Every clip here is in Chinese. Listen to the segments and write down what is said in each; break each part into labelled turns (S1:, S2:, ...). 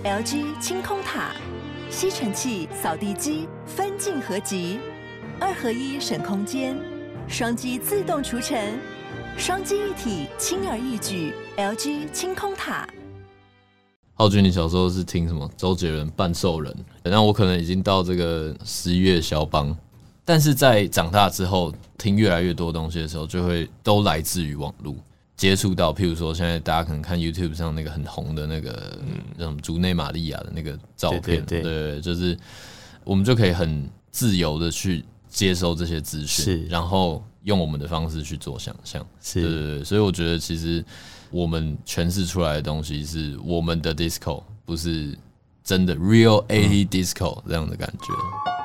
S1: LG 清空塔，吸尘器、扫地机分镜合集，2合1省空间，双击自动除尘，双击一体轻而易举。LG 清空塔。
S2: 浩君，你小时候是听什么？周杰伦、半兽人。那我可能已经到这个11月肖邦，但是在长大之后，听越来越多东西的时候，就会都来自于网络。接触到，譬如说，现在大家可能看 YouTube 上那个很红的那个什么竹内玛利亚的那个照片，对，就是我们就可以很自由的去接收这些资讯，然后用我们的方式去做想象，对，所以我觉得其实我们诠释出来的东西是我们的 disco， 不是真的 real 80 disco 这样的感觉。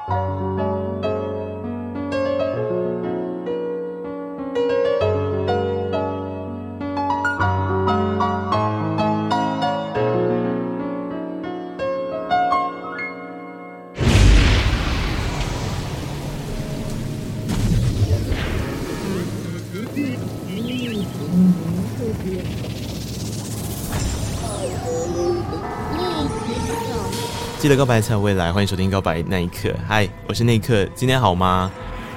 S3: 记得告白才有未来，欢迎收听告白那一刻。嗨，我是那一刻，今天好吗？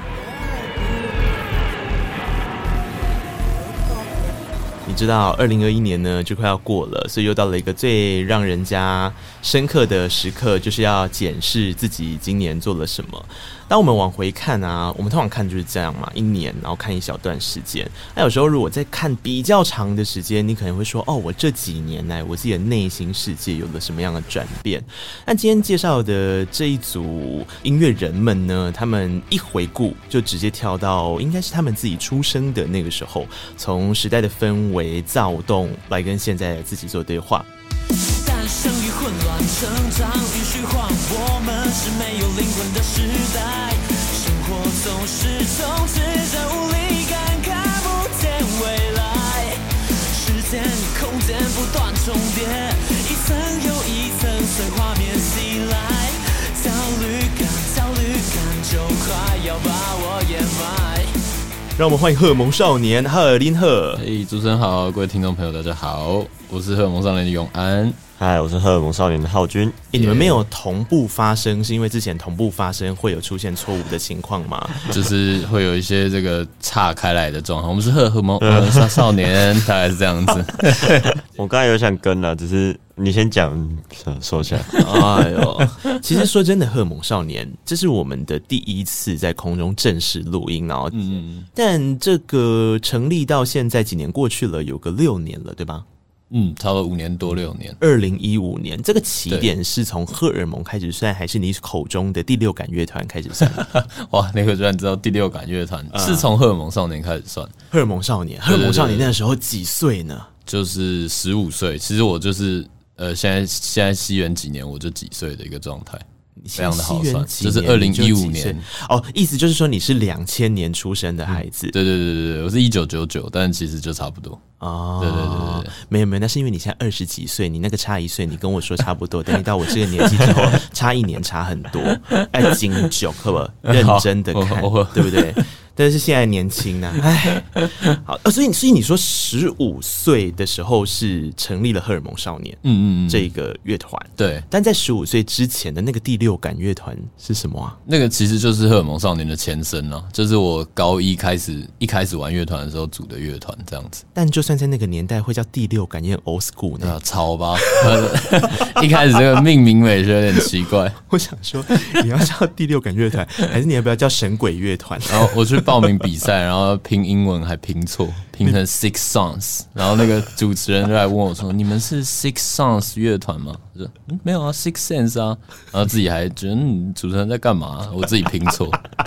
S3: 你知道2021年呢就快要过了，所以又到了一个最让人家深刻的时刻，就是要检视自己今年做了什么。当我们往回看啊，我们通常看就是这样嘛，一年然后看一小段时间。那有时候如果在看比较长的时间，你可能会说，哦，我这几年来我自己的内心世界有了什么样的转变。那今天介绍的这一组音乐人们呢，他们一回顾就直接跳到应该是他们自己出生的那个时候，从时代的氛围躁动来跟现在的自己做对话。
S4: 诞生于混乱，成长于虚幻，我们是没有灵魂的时代，生活总是充斥着无力感，看不见未来，时间与空间不断重叠，一层又一层随画面袭来，焦虑感就快要把我掩埋。
S3: 让我们欢迎荷尔蒙少年哈尔林赫。
S2: 主持人好，各位听众朋友大家好，我是荷尔蒙少年的永安。
S5: 嗨，我是荷尔蒙少年的浩君。
S3: 你们没有同步发声，是因为之前同步发声会有出现错误的情况吗？
S2: 就是会有一些这个岔开来的状况。我们是荷尔蒙少年，大概是这样子。
S5: 我刚才有想跟啦，只是你先讲，收下。
S3: 哎呦，其实说真的，荷尔蒙少年，这是我们的第一次在空中正式录音，然后，但这个成立到现在几年过去了，有个6年了，对吧？
S2: 差不多5年多6年。
S3: 2015年，这个起点是从荷尔蒙开始算，还是你口中的第6感乐团开始算？
S2: 哇，那个居然知道第6感乐团是从荷尔蒙少年开始算。
S3: 荷尔蒙少年，荷尔蒙少年那时候几岁呢？
S2: 就是15岁。其实我就是现在西元几年我就几岁的一个状态。非常的好算，就是2015年
S3: 哦，意思就是说你是2000年出生的孩子。
S2: 对，我是1999，但其实就差不多。
S3: 哦，
S2: 对，
S3: 没有，那是因为你现在20几岁，你那个差1岁，你跟我说差不多，等你到我这个年纪之后，差1年差很多。哎，精9，可不认真的看，对不对？但是现在年轻啊，哎，好，所以你说15岁的时候是成立了荷尔蒙少年，这个乐团，
S2: 对。
S3: 但在15岁之前的那个第6感乐团是什么啊？
S2: 那个其实就是荷尔蒙少年的前身啊，就是我高一开始玩乐团的时候组的乐团这样子。
S3: 但就算在那个年代会叫第6感，也很 old school 呢。
S2: 超吧，一开始这个命名美学有点奇怪。
S3: 我想说，你要叫第6感乐团，还是你要不要叫神鬼乐团？
S2: 然后我去报名比赛，然后拼英文还拼错，拼成 Six Songs， 然后那个主持人就来问我说：“你们是 Six Songs 乐团吗？”我说：“没有啊 ，Six Sense 啊。”然后自己还觉得主持人在干嘛？我自己拼错。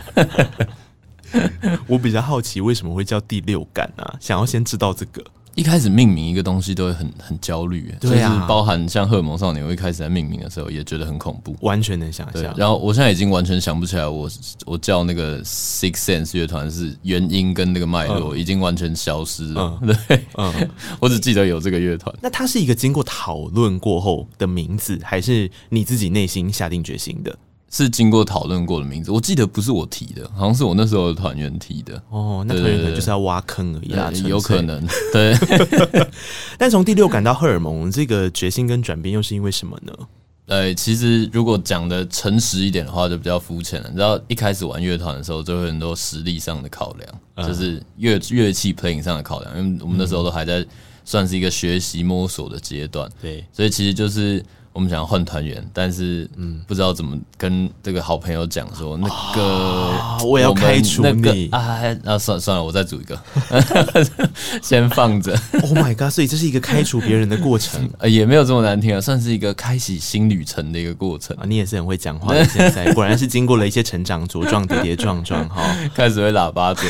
S3: 我比较好奇为什么会叫第6感啊？想要先知道这个。
S2: 一开始命名一个东西都会很焦虑，
S3: 对啊，
S2: 就是包含像荷尔蒙少年，我一开始在命名的时候也觉得很恐怖，
S3: 完全能想象。
S2: 然后我现在已经完全想不起来我叫那个 Six Sense 乐团是原因跟那个脉络，已经完全消失了。对，我只记得有这个乐团。
S3: 那它是一个经过讨论过后的名字，还是你自己内心下定决心的？
S2: 是经过讨论过的名字，我记得不是我提的，好像是我那时候的团员提的。
S3: 哦，那团员可能就是要挖坑而已啦，
S2: 有可能。对。
S3: 但从第6感到荷尔蒙这个决心跟转变，又是因为什么呢？
S2: 其实如果讲的诚实一点的话，就比较肤浅了。你知道，一开始玩乐团的时候，就会有很多实力上的考量，就是乐器 playing 上的考量，因为我们那时候都还在算是一个学习摸索的阶段，对，所以其实就是我们想要换团员，但是不知道怎么跟这个好朋友讲说那个
S3: 我要开除你
S2: 算了，我再组一个，先放着。
S3: Oh my god！ 所以这是一个开除别人的过程，
S2: 也没有这么难听啊，算是一个开启新旅程的一个过程
S3: 啊。你也是很会讲话的，现在果然是经过了一些成长茁壮，跌跌撞撞哈，
S2: 开始会喇叭嘴。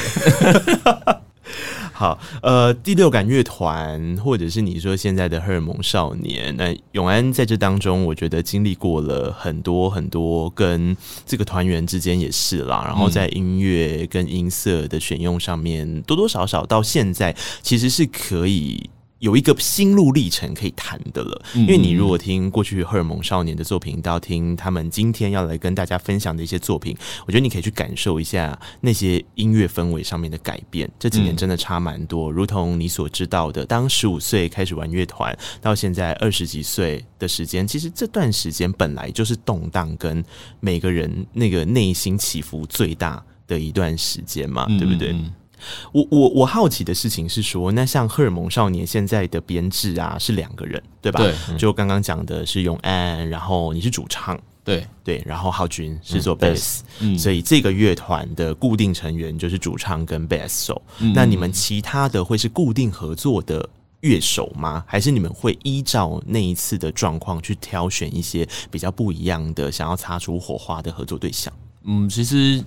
S3: 好，第6感乐团，或者是你说现在的荷尔蒙少年，那永安在这当中，我觉得经历过了很多很多，跟这个团员之间也是啦，然后在音乐跟音色的选用上面，多多少少到现在其实是可以有一个心路历程可以谈的了，因为你如果听过去荷尔蒙少年的作品，到听他们今天要来跟大家分享的一些作品，我觉得你可以去感受一下那些音乐氛围上面的改变。这几年真的差蛮多，如同你所知道的，当15岁开始玩乐团，到现在20几岁的时间，其实这段时间本来就是动荡跟每个人那个内心起伏最大的一段时间嘛，对不对？我好奇的事情是说，那像荷尔蒙少年现在的编制啊是2个人，对吧？对，就刚刚讲的是永安，然后你是主唱，对，然后浩君是做贝斯，所以这个乐团的固定成员就是主唱跟贝斯手。那你们其他的会是固定合作的乐手吗？还是你们会依照那一次的状况去挑选一些比较不一样的、想要擦出火花的合作对象？
S2: 其实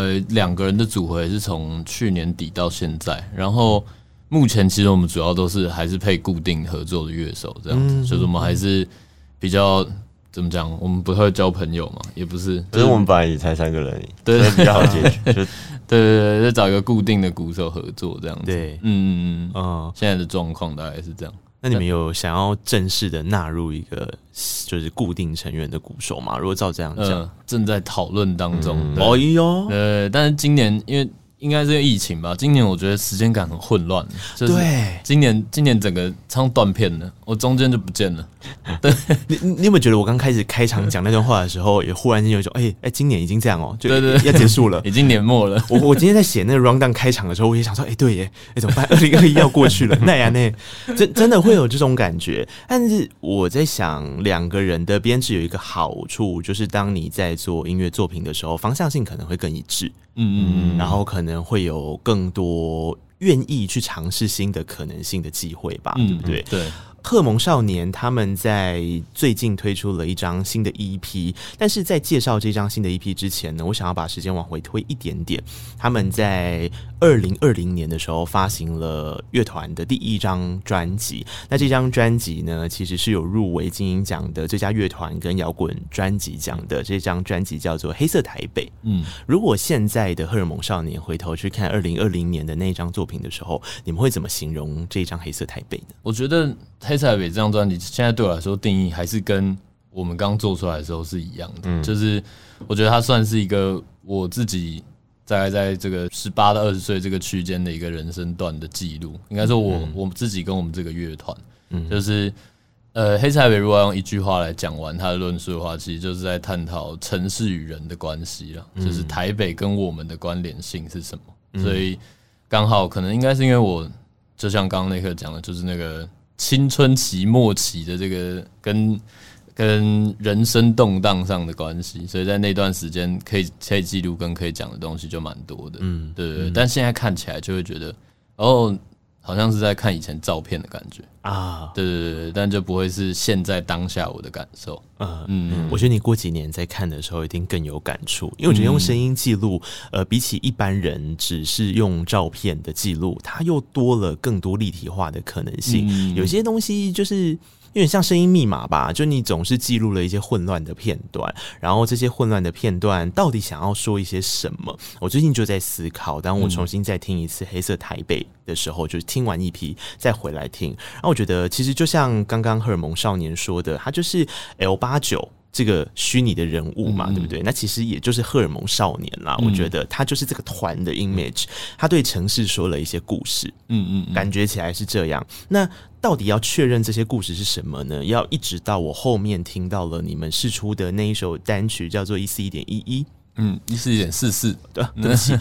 S2: 2个人的组合也是从去年底到现在，然后目前其实我们主要都是还是配固定合作的乐手这样子，就是我们还是比较怎么讲，我们不太会交朋友嘛，也不是，
S5: 可是我们本来也才3个人，
S2: 对，
S5: 所以比较好解决。
S2: 对，就找一个固定的鼓手合作这样子。
S3: 对，
S2: 现在的状况大概是这样。
S3: 那你们有想要正式的纳入一个就是固定成员的鼓手吗？如果照这样讲，
S2: 正在讨论当中。
S3: 哦哟，
S2: 但是今年因为应该是因为疫情吧，今年我觉得时间感很混乱，就是今年整个唱断片了，我中间就不见了。对，
S3: 你有没有觉得我刚开始开场讲那段话的时候，也忽然间有一种今年已经这样就
S2: 对
S3: 要结束了，
S2: 已经年末了。
S3: 我今天在写那个 rundown 开场的时候，我也想说，对耶，怎么办？2021要过去了，真的会有这种感觉。但是我在想，2个人的编制有一个好处，就是当你在做音乐作品的时候，方向性可能会更一致。然后可能会有更多愿意去尝试新的可能性的机会吧，对不对？
S2: 对。
S3: 荷尔蒙少年他们在最近推出了一张新的 EP， 但是在介绍这张新的 EP 之前呢，我想要把时间往回推一点点。他们在2020年的时候发行了乐团的第1张专辑，那这张专辑呢，其实是有入围金鹰奖的最佳乐团跟摇滚专辑奖的。这张专辑叫做《黑色台北》。如果现在的荷尔蒙少年回头去看2020年的那张作品的时候，你们会怎么形容这张《黑色台北》呢？
S2: 我觉得黑色台北这张专辑现在对我来说定义还是跟我们刚做出来的时候是一样的，就是我觉得它算是一个我自己大概在这个18到20岁这个区间的一个人生段的记录。应该说我自己跟我们这个乐团，就是黑色台北如果要用一句话来讲完它的论述的话，其实就是在探讨城市与人的关系啦，就是台北跟我们的关联性是什么。所以刚好可能应该是因为我就像刚刚那刻讲的，就是那个青春期末期的这个跟人生动荡上的关系，所以在那段时间可以记录跟可以讲的东西就蛮多的，对。但现在看起来就会觉得，好像是在看以前照片的感觉啊，对，但就不会是现在当下我的感受。
S3: 我觉得你过几年在看的时候一定更有感触，因为我觉得用声音记录，比起一般人只是用照片的记录，它又多了更多立体化的可能性。有些东西就是有点像声音密码吧，就你总是记录了一些混乱的片段，然后这些混乱的片段到底想要说一些什么？我最近就在思考，当我重新再听一次《黑色台北》的时候，就是听完EP再回来听，然后我觉得其实就像刚刚荷尔蒙少年说的，它就是 L89 这个虚拟的人物嘛，对不对？那其实也就是荷尔蒙少年啦。我觉得他就是这个团的 image，他对城市说了一些故事，感觉起来是这样。那到底要确认这些故事是什么呢？要一直到我后面听到了你们释出的那一首单曲，叫做141.11。
S2: 141.44，
S3: 对不起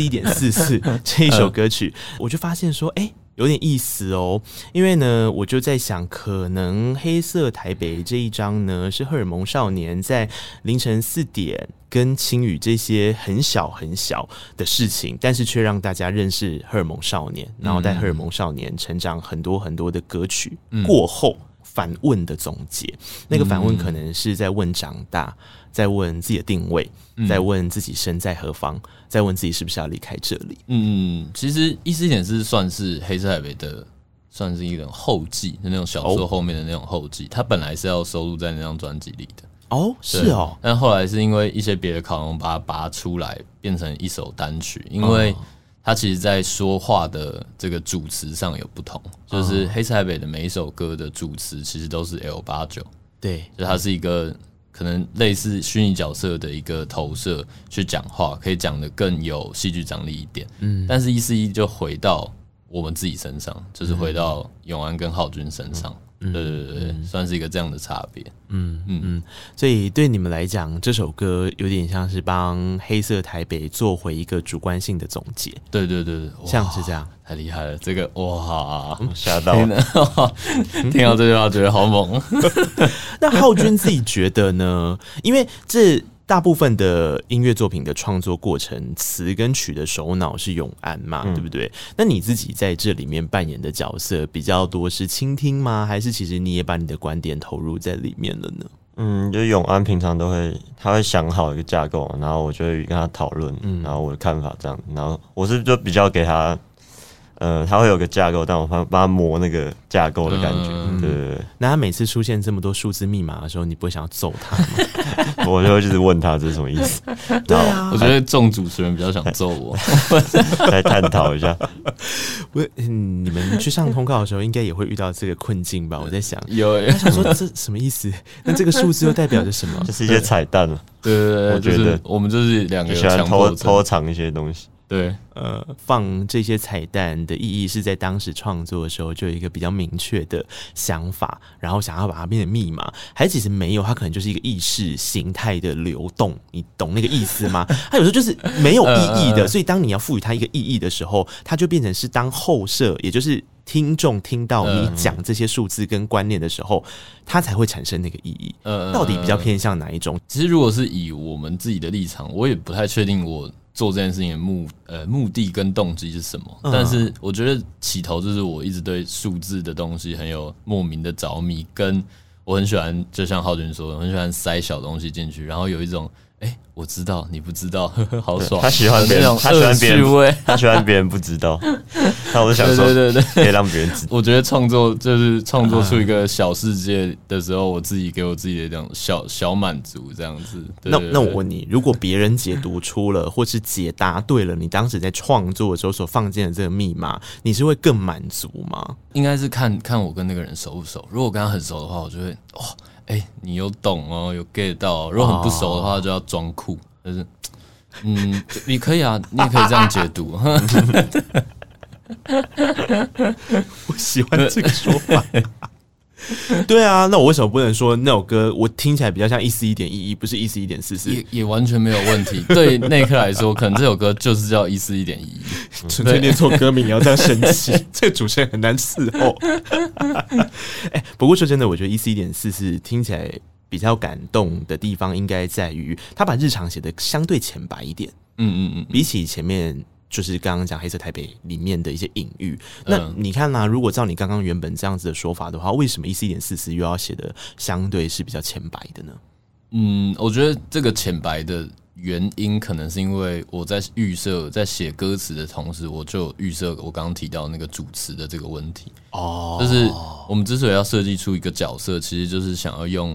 S3: ，141.44这一首歌曲，我就发现说，有点意思哦。因为呢，我就在想，可能黑色台北这一张呢，是荷尔蒙少年在凌晨4点跟青雨这些很小很小的事情，但是却让大家认识荷尔蒙少年，然后在荷尔蒙少年成长很多很多的歌曲过后反问的总结。那个反问可能是在问长大，在问自己的定位，在问自己身在何方，在问自己是不是要离开这里。
S2: 其实141.4算是黑色台北的，算是一种后记的那种小说后面的那种后记，它本来是要收录在那张专辑里的。
S3: 是哦，
S2: 但后来是因为一些别的考量，把它拔出来变成一首单曲，因为它其实在说话的这个主词上有不同，就是黑色台北的每一首歌的主词其实都是 L89，
S3: 对，
S2: 就它是一个可能类似虚拟角色的一个投射去讲话，可以讲得更有戏剧张力一点。但是141就回到我们自己身上，就是回到永安跟浩君身上。对，算是一个这样的差别。
S3: 所以对你们来讲，这首歌有点像是帮黑色台北做回一个主观性的总结。
S2: 对，
S3: 像是这样，
S2: 太厉害了！这个哇，
S5: 吓到了，
S2: 听到这句话觉得好猛。
S3: 那浩君自己觉得呢？因为这大部分的音乐作品的创作过程，词跟曲的首脑是永安嘛，对不对？那你自己在这里面扮演的角色比较多是倾听吗？还是其实你也把你的观点投入在里面了呢？
S5: 就永安平常他会想好一个架构，然后我就会跟他讨论，然后我的看法这样，然后我是就比较给他。他会有个架构，但我帮他磨那个架构的感觉。对。
S3: 那他每次出现这么多数字密码的时候，你不会想要揍他吗？
S5: 我就会一直问他这是什么意思。
S3: 对啊，
S2: 我觉得众主持人比较想揍我。
S5: 来探讨一下。
S3: 你们去上通告的时候，应该也会遇到这个困境吧？我在想，
S2: 有
S3: 他想说这什么意思？那这个数字又代表着什么？
S5: 就是一些彩蛋了。
S2: 对，
S5: 我觉得
S2: 我们就是两个
S5: 喜欢偷藏一些东西。
S2: 对，
S3: 放这些彩蛋的意义是在当时创作的时候就有一个比较明确的想法，然后想要把它变成密码，还是其实没有，它可能就是一个意识形态的流动，你懂那个意思吗？它有时候就是没有意义的，所以当你要赋予它一个意义的时候，它就变成是当后设，也就是听众听到你讲这些数字跟观念的时候，它才会产生那个意义。到底比较偏向哪一种？
S2: 其实如果是以我们自己的立场，我也不太确定我做这件事情的目的跟动机是什么，但是我觉得起头就是我一直对数字的东西很有莫名的着迷，跟我很喜欢，就像浩君说的，我很喜欢塞小东西进去，然后有一种我知道你不知道，呵呵好爽。
S5: 他喜欢别人，他喜欢别人不知道。那我就想说，对，可以让别人知道。
S2: 我觉得创作出一个小世界的时候，我自己给我自己的这种小满足，这样子。
S3: 那我问你，如果别人解读出了，或是解答对了，你当时在创作的时候所放进的这个密码，你是会更满足吗？
S2: 应该是看我跟那个人熟不熟。如果我跟他很熟的话，我就会你有懂哦，有 get 到。如果很不熟的话，就要装酷，就是你可以啊，你也可以这样解读。
S3: 我喜欢这个说法。对啊，那我为什么不能说那首歌我听起来比较像141.11，不是141.44？
S2: 也完全没有问题。对内克来说，可能这首歌就是叫141.11，
S3: 纯粹念错歌名，你要这样生气，这个主持人很难伺候。不过说真的，我觉得141.44听起来比较感动的地方，应该在于他把日常写的相对浅白一点。比起前面。就是刚刚讲黑色台北里面的一些隐喻，那你看啦，如果照你刚刚原本这样子的说法的话，为什么141.44又要写的相对是比较浅白的呢？
S2: 我觉得这个浅白的原因，可能是因为我在预设，在写歌词的同时，我就预设我刚刚提到那个主词的这个问题。就是我们之所以要设计出一个角色，其实就是想要用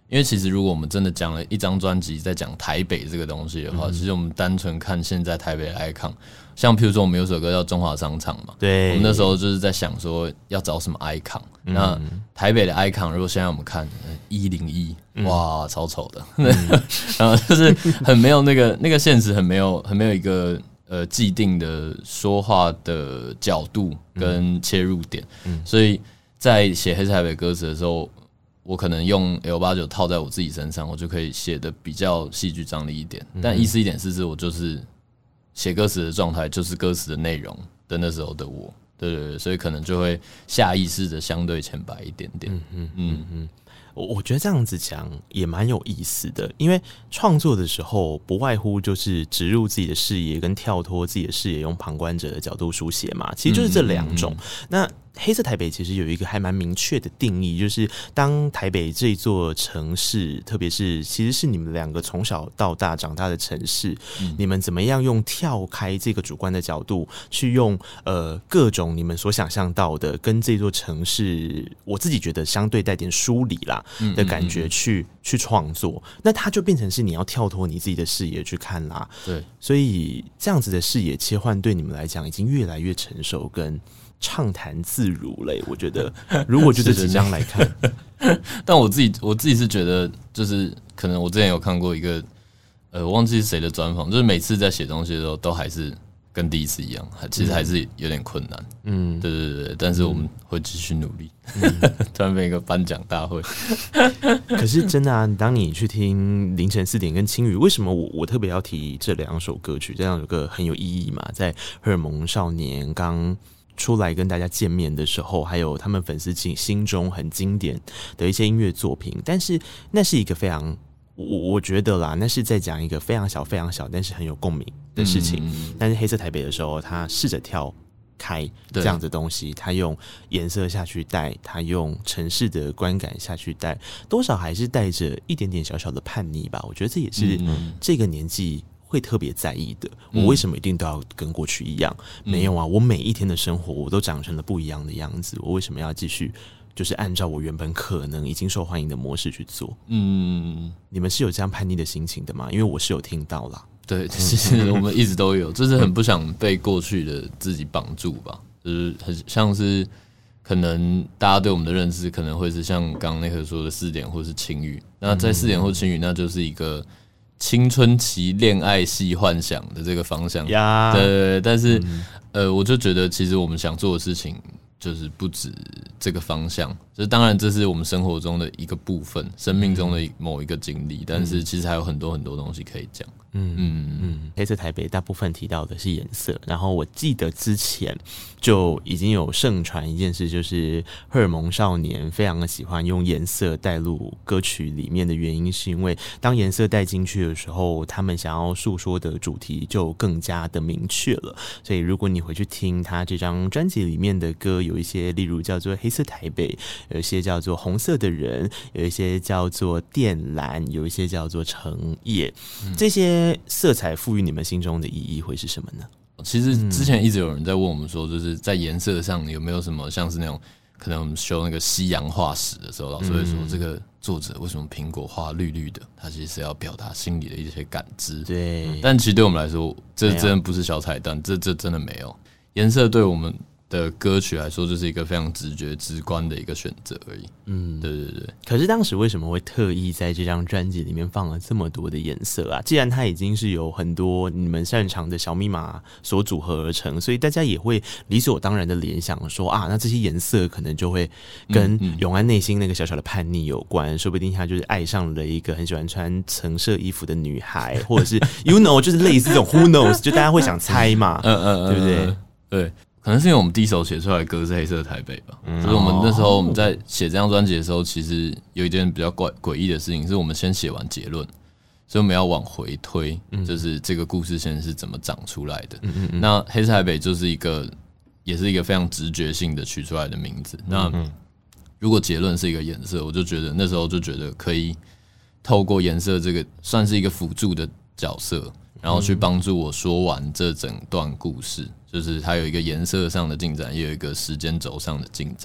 S2: 因为其实如果我们真的讲了一张专辑在讲台北这个东西的话，其实我们单纯看现在台北的 icon， 像譬如说我们有首歌叫中华商场嘛，
S3: 对，
S2: 我们那时候就是在想说要找什么 icon，那台北的 icon 如果现在我们看101，哇，超丑的，然后就是很没有那个现实，很没有一个既定的说话的角度跟切入点，所以在写黑色台北歌词的时候，我可能用 L89 套在我自己身上，我就可以写的比较戏剧张力一点。但141.44我就是写歌词的状态，就是歌词的内容的那时候的我，对，所以可能就会下意识的相对浅白一点点。
S3: 我觉得这样子讲也蛮有意思的，因为创作的时候不外乎就是植入自己的视野跟跳脱自己的视野，用旁观者的角度书写嘛，其实就是这两种。那黑色台北其实有一个还蛮明确的定义，就是当台北这座城市，特别是其实是你们两个从小到大长大的城市，你们怎么样用跳开这个主观的角度，去用各种你们所想象到的跟这座城市，我自己觉得相对带点疏离啦的感觉去创作，那它就变成是你要跳脱你自己的视野去看啦。
S2: 对，
S3: 所以这样子的视野切换对你们来讲已经越来越成熟跟畅谈自如嘞，我觉得如果就这几张来看，
S2: 但我自己是觉得，就是可能我之前有看过一个我忘记是谁的专访，就是每次在写东西的时候，都还是跟第一次一样，其实还是有点困难。对，但是我们会继续努力。突然变一个颁奖大会。
S3: 可是真的啊，当你去听凌晨4点跟青雨，为什么我特别要提这两首歌曲？这两首歌很有意义嘛，在荷尔蒙少年刚出来跟大家见面的时候，还有他们粉丝心中很经典的一些音乐作品，但是那是一个非常，我觉得啦，那是在讲一个非常小非常小但是很有共鸣的事情。但是黑色台北的时候，他试着跳开这样子东西，他用颜色下去带，他用城市的观感下去带，多少还是带着一点点小小的叛逆吧。我觉得这也是这个年纪会特别在意的。我为什么一定都要跟过去一样？没有啊，我每一天的生活我都长成了不一样的样子，我为什么要继续就是按照我原本可能已经受欢迎的模式去做？你们是有这样叛逆的心情的吗？因为我是有听到啦。对，
S2: 其实我们一直都有，就是很不想被过去的自己绑住吧，就是很像是可能大家对我们的认识可能会是像刚刚那个说的4点或是青雨，那在4点或青雨，那就是一个青春期恋爱系幻想的这个方向。对，但是我就觉得其实我们想做的事情就是不止这个方向，就是当然这是我们生活中的一个部分，生命中的某一个经历，但是其实还有很多很多东西可以讲。
S3: 黑色台北大部分提到的是颜色，然后我记得之前就已经有盛传一件事，就是荷尔蒙少年非常的喜欢用颜色带入歌曲里面的原因，是因为当颜色带进去的时候，他们想要诉说的主题就更加的明确了。所以如果你回去听他这张专辑里面的歌，有一些例如叫做黑色台北，有一些叫做红色的人，有一些叫做靛蓝，有一些叫做橙叶，这些色彩赋予你们心中的意义会是什么呢？
S2: 其实之前一直有人在问我们说，就是在颜色上有没有什么像是那种可能我们修那个西洋画史的时候，老师会说这个作者为什么苹果画绿绿的，他其实是要表达心里的一些感知。对，但其实对我们来说，这真的不是小彩蛋，这真的没有。颜色对我们的歌曲来说，就是一个非常直觉直观的一个选择而已。对。
S3: 可是当时为什么会特意在这张专辑里面放了这么多的颜色啊？既然它已经是有很多你们擅长的小密码所组合而成，所以大家也会理所当然的联想说啊，那这些颜色可能就会跟永安内心那个小小的叛逆有关，说不定他就是爱上了一个很喜欢穿橙色衣服的女孩，或者是 you know 就是类似这种 who knows， 就大家会想猜嘛，对不对？
S2: 对。可能是因为我们第一首写出来的歌是黑色台北吧，就是我们那时候我们在写这张专辑的时候，其实有一件比较诡异的事情，是我们先写完结论，所以我们要往回推，就是这个故事线是怎么长出来的。那黑色台北就是也是一个非常直觉性的取出来的名字。那如果结论是一个颜色，我就觉得那时候就觉得可以透过颜色这个算是一个辅助的角色，然后去帮助我说完这整段故事。就是它有一个颜色上的进展，也有一个时间轴上的进展。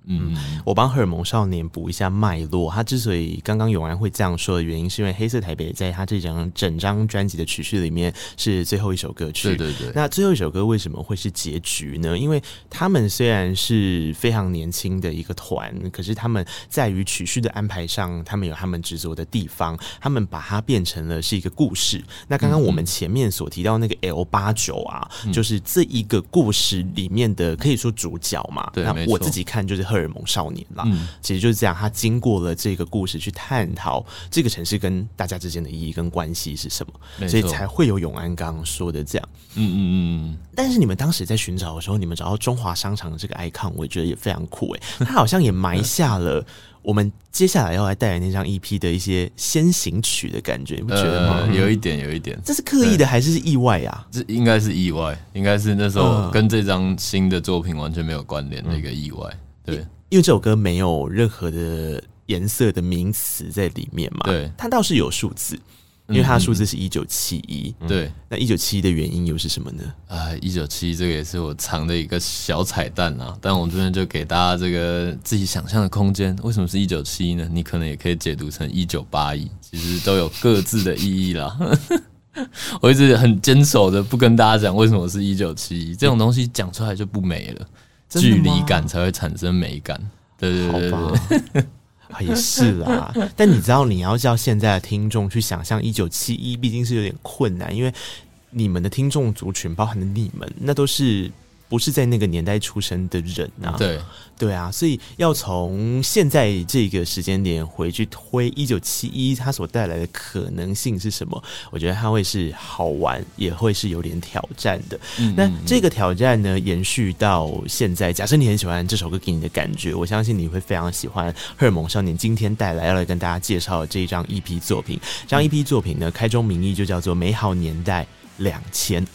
S3: 我帮荷尔蒙少年补一下脉络。他之所以刚刚永安会这样说的原因，是因为黑色台北在他这整张专辑的曲序里面是最后一首歌曲。
S2: 对。
S3: 那最后一首歌为什么会是结局呢？因为他们虽然是非常年轻的一个团，可是他们在于曲序的安排上，他们有他们执着的地方，他们把它变成了是一个故事。那刚刚我们前面所提到那个 L89 啊，就是这一个故事里面的可以说主角嘛。
S2: 对，
S3: 那我自己看就是荷尔蒙少年啦，其实就是这样，他经过了这个故事去探讨这个城市跟大家之间的意义跟关系是什么，所以才会有永安刚刚说的这样。但是你们当时在寻找的时候，你们找到中华商场的这个 icon， 我觉得也非常酷他好像也埋下了我们接下来要来带来那张 EP 的一些先行曲的感觉，你不觉得吗？
S2: 有一点。这
S3: 是刻意的还是意外啊？
S2: 这应该是意外，应该是那时候跟这张新的作品完全没有关联的一个意外。对，
S3: 因为这首歌没有任何的颜色的名词在里面嘛。
S2: 对，
S3: 它倒是有数字。因为它的数字是1971，
S2: 对，
S3: 那1971的原因又是什么呢
S2: ？1971这个也是我藏的一个小彩蛋啊，但我这边就给大家这个自己想象的空间。为什么是1971呢？你可能也可以解读成1981，其实都有各自的意义啦。我一直很坚守的不跟大家讲为什么是1971，这种东西讲出来就不美了，距离感才会产生美感。对，
S3: 好吧。也是啦，但你知道你要叫现在的听众去想象1971，毕竟是有点困难，因为你们的听众族群，包含的你们，那都是不是在那个年代出生的人啊？对啊，所以要从现在这个时间点回去推1971，它所带来的可能性是什么？我觉得它会是好玩，也会是有点挑战的。那这个挑战呢，延续到现在，假设你很喜欢这首歌给你的感觉，我相信你会非常喜欢荷尔蒙少年今天带来要来跟大家介绍的这一张 EP 作品。这张 EP 作品呢，开宗明义就叫做《美好年代2000，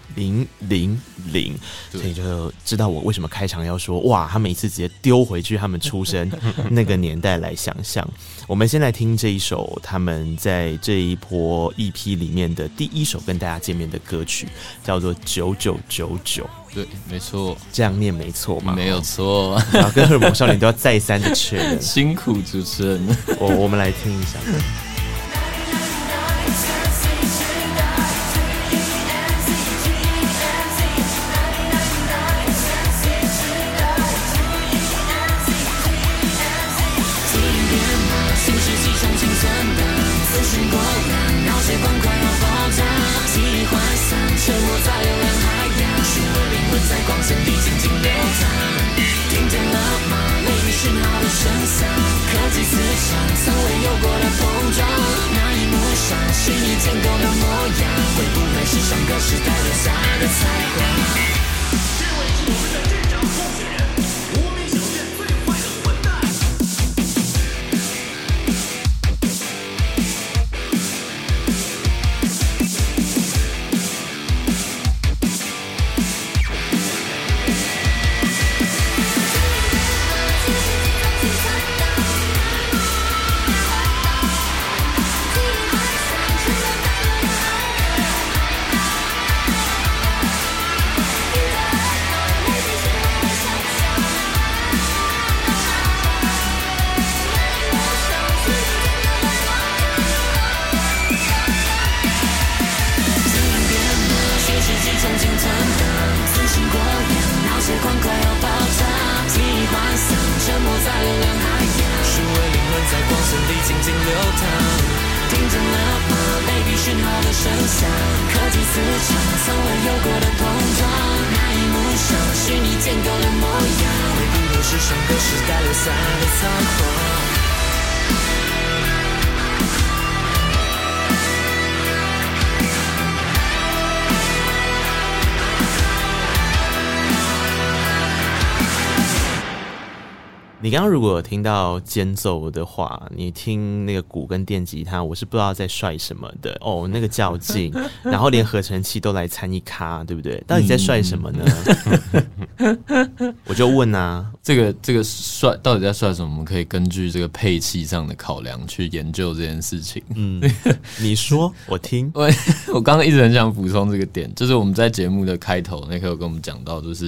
S3: 所以就知道我为什么开场要说哇，他们一次直接丢回去他们出生那个年代来想象。我们先来听这一首他们在这一波 EP 里面的第一首跟大家见面的歌曲，叫做9999。
S2: 对，没错，
S3: 这样念没错吗？
S2: 没有错，
S3: 然后跟荷尔蒙少年都要再三的确认。
S2: 辛苦主持人，
S3: 我们来听一下。
S4: 在光线里静静流淌，听见了吗？雷雨讯号的声响，科技思想从未有过的碰撞，那一幕上虚拟建构的模样，会不会是上个时代留下的彩虹？这位是我们的镇长候选人，无名小镇最坏的混蛋。
S3: 你刚刚如果有听到间奏的话，你听那个鼓跟电吉他，我是不知道在帅什么的哦，那个较劲，然后连合成器都来参一咖，对不对？到底在帅什么呢？我就问啊，
S2: 这个帅到底在帅什么？我们可以根据这个配器上的考量去研究这件事情。
S3: 你说我听。
S2: 我刚刚一直很想补充这个点，就是我们在节目的开头那刻有跟我们讲到，就是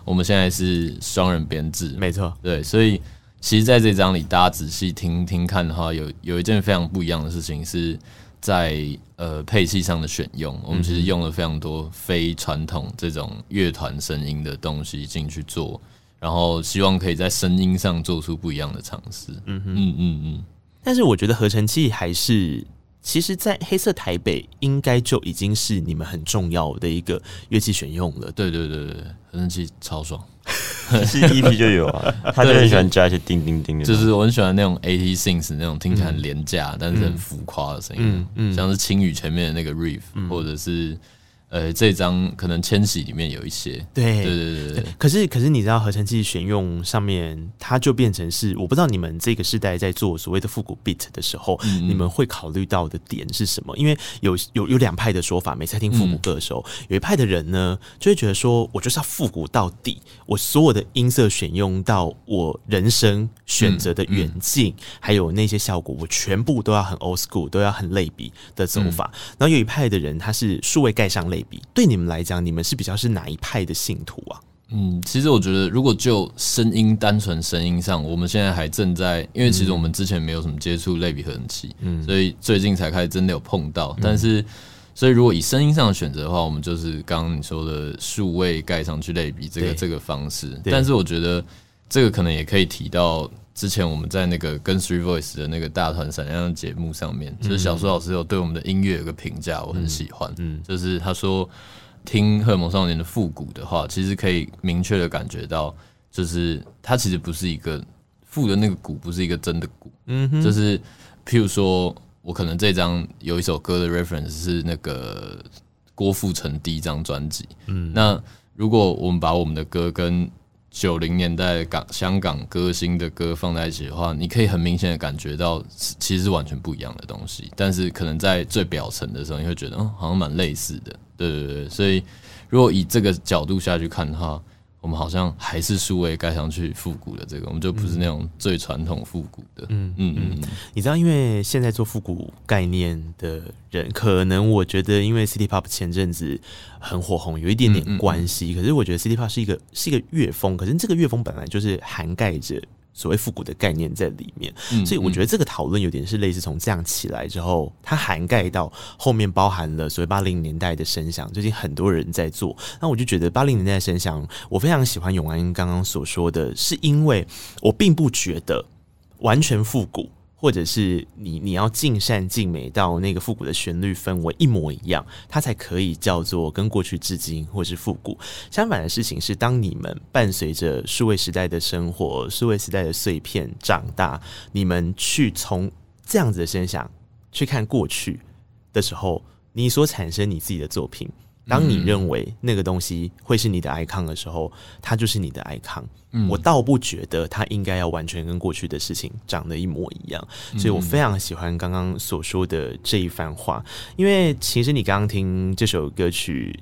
S2: 我们现在是双人编制，
S3: 没错，
S2: 对，所以其实在这张里，大家仔细听听看的话，有一件非常不一样的事情是在配器上的选用，我们其实用了非常多非传统这种乐团声音的东西进去做，然后希望可以在声音上做出不一样的尝试。
S3: 但是我觉得合成器还是，其实，在黑色台北应该就已经是你们很重要的一个乐器选用了。
S2: 对，合成器超爽。
S5: 是 EP 就有啊，他就很喜欢加一些叮叮叮的，
S2: 就是我很喜欢那种 80 synths 那种听起来很廉价，但是很浮夸的声音，像是青雨前面的那Riff，或者是这张可能千禧里面有一些，对。
S3: 可是你知道合成器选用上面，它就变成是，我不知道你们这个世代在做所谓的复古 beat 的时候，你们会考虑到的点是什么？因为有两派的说法，每次听复古歌的时候，有一派的人呢就会觉得说，我就是要复古到底，我所有的音色选用到我人生选择的远近，还有那些效果，我全部都要很 old school， 都要很类比的走法。然后有一派的人，他是数位盖上类比。对你们来讲，你们是比较是哪一派的信徒啊？
S2: 其实我觉得，如果就声音单纯声音上，我们现在还正在，因为其实我们之前没有什么接触类比合成器，所以最近才开始真的有碰到。但是，所以如果以声音上的选择的话，我们就是刚刚你说的数位盖上去类比这个方式。但是我觉得这个可能也可以提到。之前我们在那个跟 Street Voice 的那个大团闪亮的节目上面，就是小苏老师有对我们的音乐有个评价，我很喜欢。就是他说，听荷尔蒙少年的复古的话，其实可以明确的感觉到，就是它其实不是一个复的那个鼓，不是一个真的鼓。就是譬如说，我可能这张有一首歌的 reference 是那个郭富城第一张专辑。那如果我们把我们的歌跟90年代香港歌星的歌放在一起的话，你可以很明显的感觉到其实是完全不一样的东西，但是可能在最表层的时候你会觉得好像蛮类似的，对，所以如果以这个角度下去看的话，我们好像还是数位盖上去复古的这个，我们就不是那种最传统复古的。
S3: 你知道，因为现在做复古概念的人，可能我觉得，因为 City Pop 前阵子很火红，有一点点关系。可是我觉得 City Pop 是一个乐风，可是这个乐风本来就是涵盖着所谓复古的概念在里面，所以我觉得这个讨论有点是类似从这样起来之后，它涵盖到后面包含了所谓80年代的声响，最近很多人在做。那我就觉得80年代的声响，我非常喜欢永安刚刚所说的，是因为我并不觉得完全复古，或者是你要尽善尽美到那个复古的旋律氛围一模一样，它才可以叫做跟过去致敬或是复古。相反的事情是，当你们伴随着数位时代的生活、数位时代的碎片长大，你们去从这样子的声响去看过去的时候，你所产生你自己的作品。当你认为那个东西会是你的 icon 的时候，它就是你的 icon。我倒不觉得它应该要完全跟过去的事情长得一模一样，所以我非常喜欢刚刚所说的这一番话。因为其实你刚刚听这首歌曲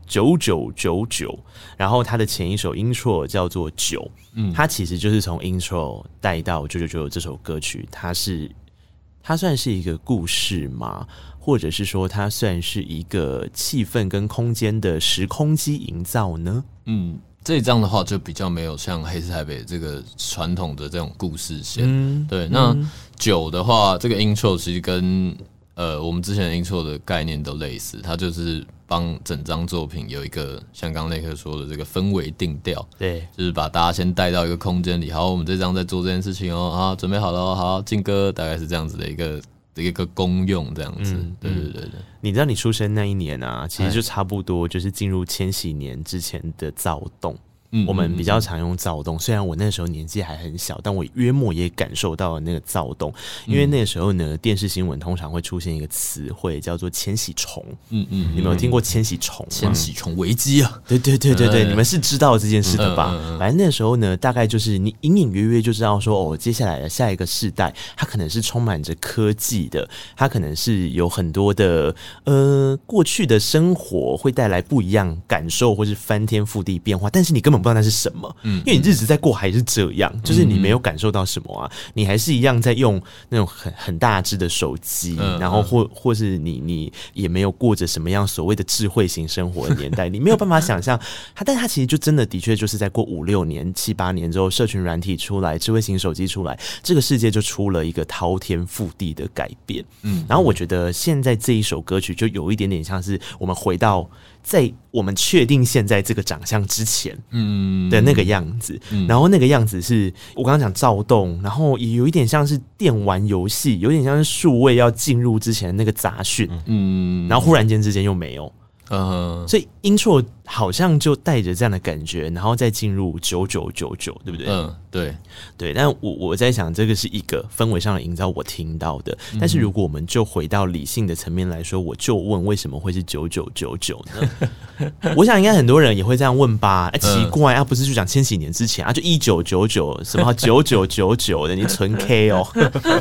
S3: 9999，然后它的前一首 intro 叫做9，它其实就是从 intro 带到9999这首歌曲，它算是一个故事吗？或者是说它算是一个气氛跟空间的时空机营造呢？
S2: 这一张的话就比较没有像黑色台北这个传统的这种故事线。对，那9的话，这个 intro 其实跟我们之前的 intro 的概念都类似，它就是帮整张作品有一个像刚刚内克说的这个氛围定调，
S3: 对，
S2: 就是把大家先带到一个空间里，好，我们这张在做这件事情哦，好，准备好了哦，好，进歌，大概是这样子的一个功用这样子。对。
S3: 你知道你出生那一年啊，其实就差不多就是进入千禧年之前的躁动。我们比较常用躁动，虽然我那时候年纪还很小，但我约莫也感受到了那个躁动。因为那个时候呢，电视新闻通常会出现一个词汇叫做千禧虫。你们有听过千禧虫吗？
S2: 千禧虫危机啊！
S3: 对，你们是知道这件事的吧？反正那时候呢，大概就是你隐隐约约就知道说，接下来的下一个世代，它可能是充满着科技的，它可能是有很多的过去的生活会带来不一样感受，或是翻天覆地变化，但是你根本么不知道那是什么？因为你日子在过还是这样，就是你没有感受到什么啊，你还是一样在用那种很大只的手机，然后或是你也没有过着什么样所谓的智慧型生活的年代，你没有办法想象它，但它其实就真的的确就是在过5、6年、7、8年之后，社群软体出来，智慧型手机出来，这个世界就出了一个滔天覆地的改变。然后我觉得现在这一首歌曲就有一点点像是我们回到在我们确定现在这个长相之前的那个样子，然后那个样子是我刚刚讲躁动，然后也有一点像是电玩游戏，有点像是数位要进入之前的那个杂讯，然后忽然间之间又没有。所以 intro 好像就带着这样的感觉，然后再进入9999，对不对？对。但我在想，这个是一个氛围上的营造，我听到的。但是如果我们就回到理性的层面来说，我就问为什么会是9999呢？我想应该很多人也会这样问吧？奇怪啊，不是就讲千禧年之前啊，就1999什么9999的，你存 K 哦。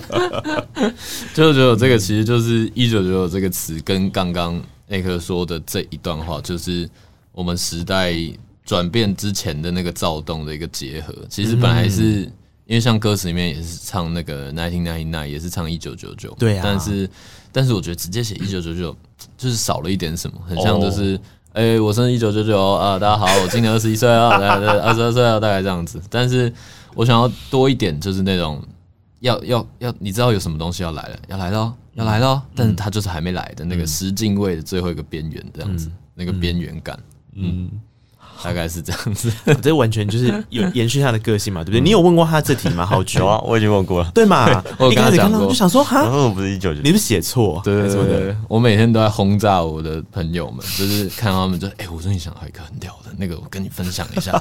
S2: 99这个其实就是1999这个词跟刚刚内克说的这一段话，就是我们时代转变之前的那个躁动的一个结合。其实本来是因为像歌词里面也是唱那个1999，也是唱1999，
S3: 对啊。
S2: 但是我觉得直接写1999就是少了一点什么，很像就是我生日1999啊，大家好，我今年21岁啊，22岁啊，大概这样子。但是我想要多一点，就是那种要，你知道有什么东西要来了，要来了，但是它就是还没来的那个十进位的最后一个边缘，这样子，那个边缘感，大概是这样子。
S3: 这完全就是有延续他的个性嘛，对不对？你有问过他这题吗？浩君？
S5: 有啊，我已经问过了，
S3: 对嘛？
S2: 我刚才讲过，
S3: 就想说哈，
S5: 我不是1999，
S3: 你是不是写错？
S2: 对，我每天都在轰炸我的朋友们，就是看他们就我最近想到一个很屌的那个，我跟你分享一下。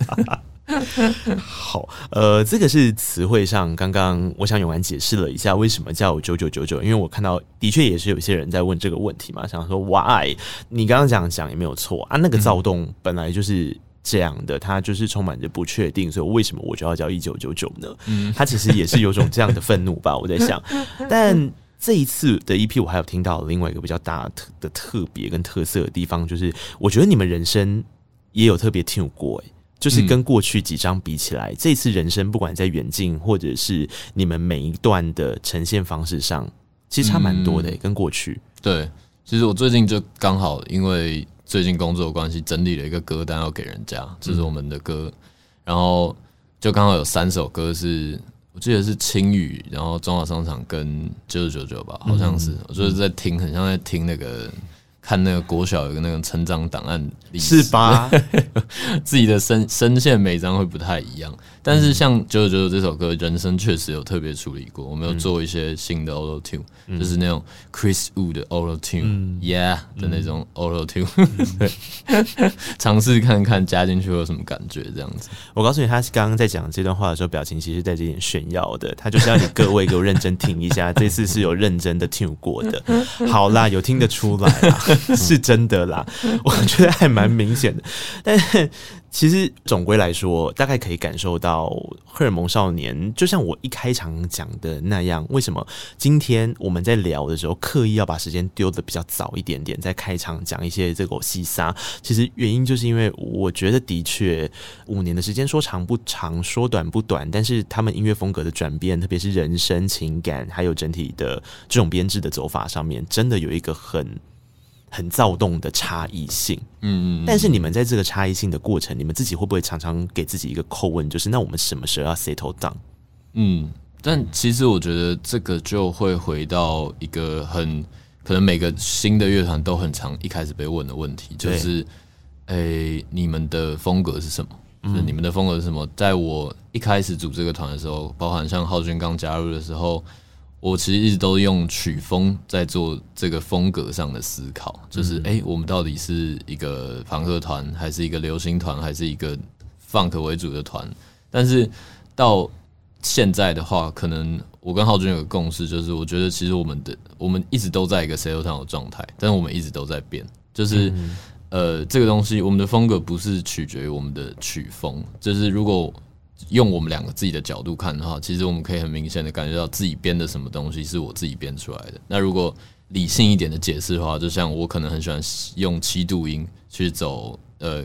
S3: 好，这个是词汇上，刚刚我想永安解释了一下为什么叫9999，因为我看到的确也是有些人在问这个问题嘛，想说 why？ 你刚刚讲也没有错啊，那个躁动本来就是这样的，它就是充满着不确定，所以为什么我就要叫1999呢？它其实也是有种这样的愤怒吧，我在想，但。这一次的 EP 我还有听到另外一个比较大的特别跟特色的地方，就是我觉得你们人生也有特别听过就是跟过去几张比起来，这次人生不管在远近或者是你们每一段的呈现方式上，其实差蛮多的跟过去。
S2: 对，其实我最近就刚好因为最近工作的关系，整理了一个歌单要给人家，这是我们的歌，然后就刚好有3首歌是。我记得是青雨，然后中华商场跟9999吧，好像是。我就是在听，很像在听那个看那个国小有个那个成长档案历史，
S3: 是吧？
S2: 自己的声线每张会不太一样，但是像9999这首歌，人生确实有特别处理过。我们有做一些新的 Auto Tune，就是那种 Chris Wu 的 Auto Tune，Yeah 的那种 Auto Tune，尝试看看加进去会有什么感觉，这样子。
S3: 我告诉你，他刚刚在讲这段话的时候，表情其实带着一点炫耀的，他就是要你各位给我认真听一下，这次是有认真的 tune 过的。好啦，有听得出来啦，是真的啦，我觉得还蛮明显的。但是其实总归来说，大概可以感受到荷尔蒙少年，就像我一开场讲的那样，为什么今天我们在聊的时候刻意要把时间丢得比较早一点点，在开场讲一些这个西沙，其实原因就是因为我觉得的确5年的时间说长不长，说短不短，但是他们音乐风格的转变，特别是人生情感还有整体的这种编制的走法上面，真的有一个很躁动的差异性。但是你们在这个差异性的过程，你们自己会不会常常给自己一个叩问，就是那我们什么时候要 settle down？
S2: 但其实我觉得这个就会回到一个可能每个新的乐团都很常一开始被问的问题，就是你们的风格是什么？就是你们的风格是什么？在我一开始组这个团的时候，包含像浩君刚加入的时候，我其实一直都用曲风在做这个风格上的思考，就是我们到底是一个朋克团，还是一个流行团，还是一个 funk 为主的团？但是到现在的话，可能我跟浩君有个共识，就是我觉得其实我们一直都在一个 settle down 的状态，但是我们一直都在变，就是这个东西，我们的风格不是取决于我们的曲风，就是如果用我们两个自己的角度看的话，其实我们可以很明显的感觉到自己编的什么东西是我自己编出来的。那如果理性一点的解释的话，就像我可能很喜欢用7度音去走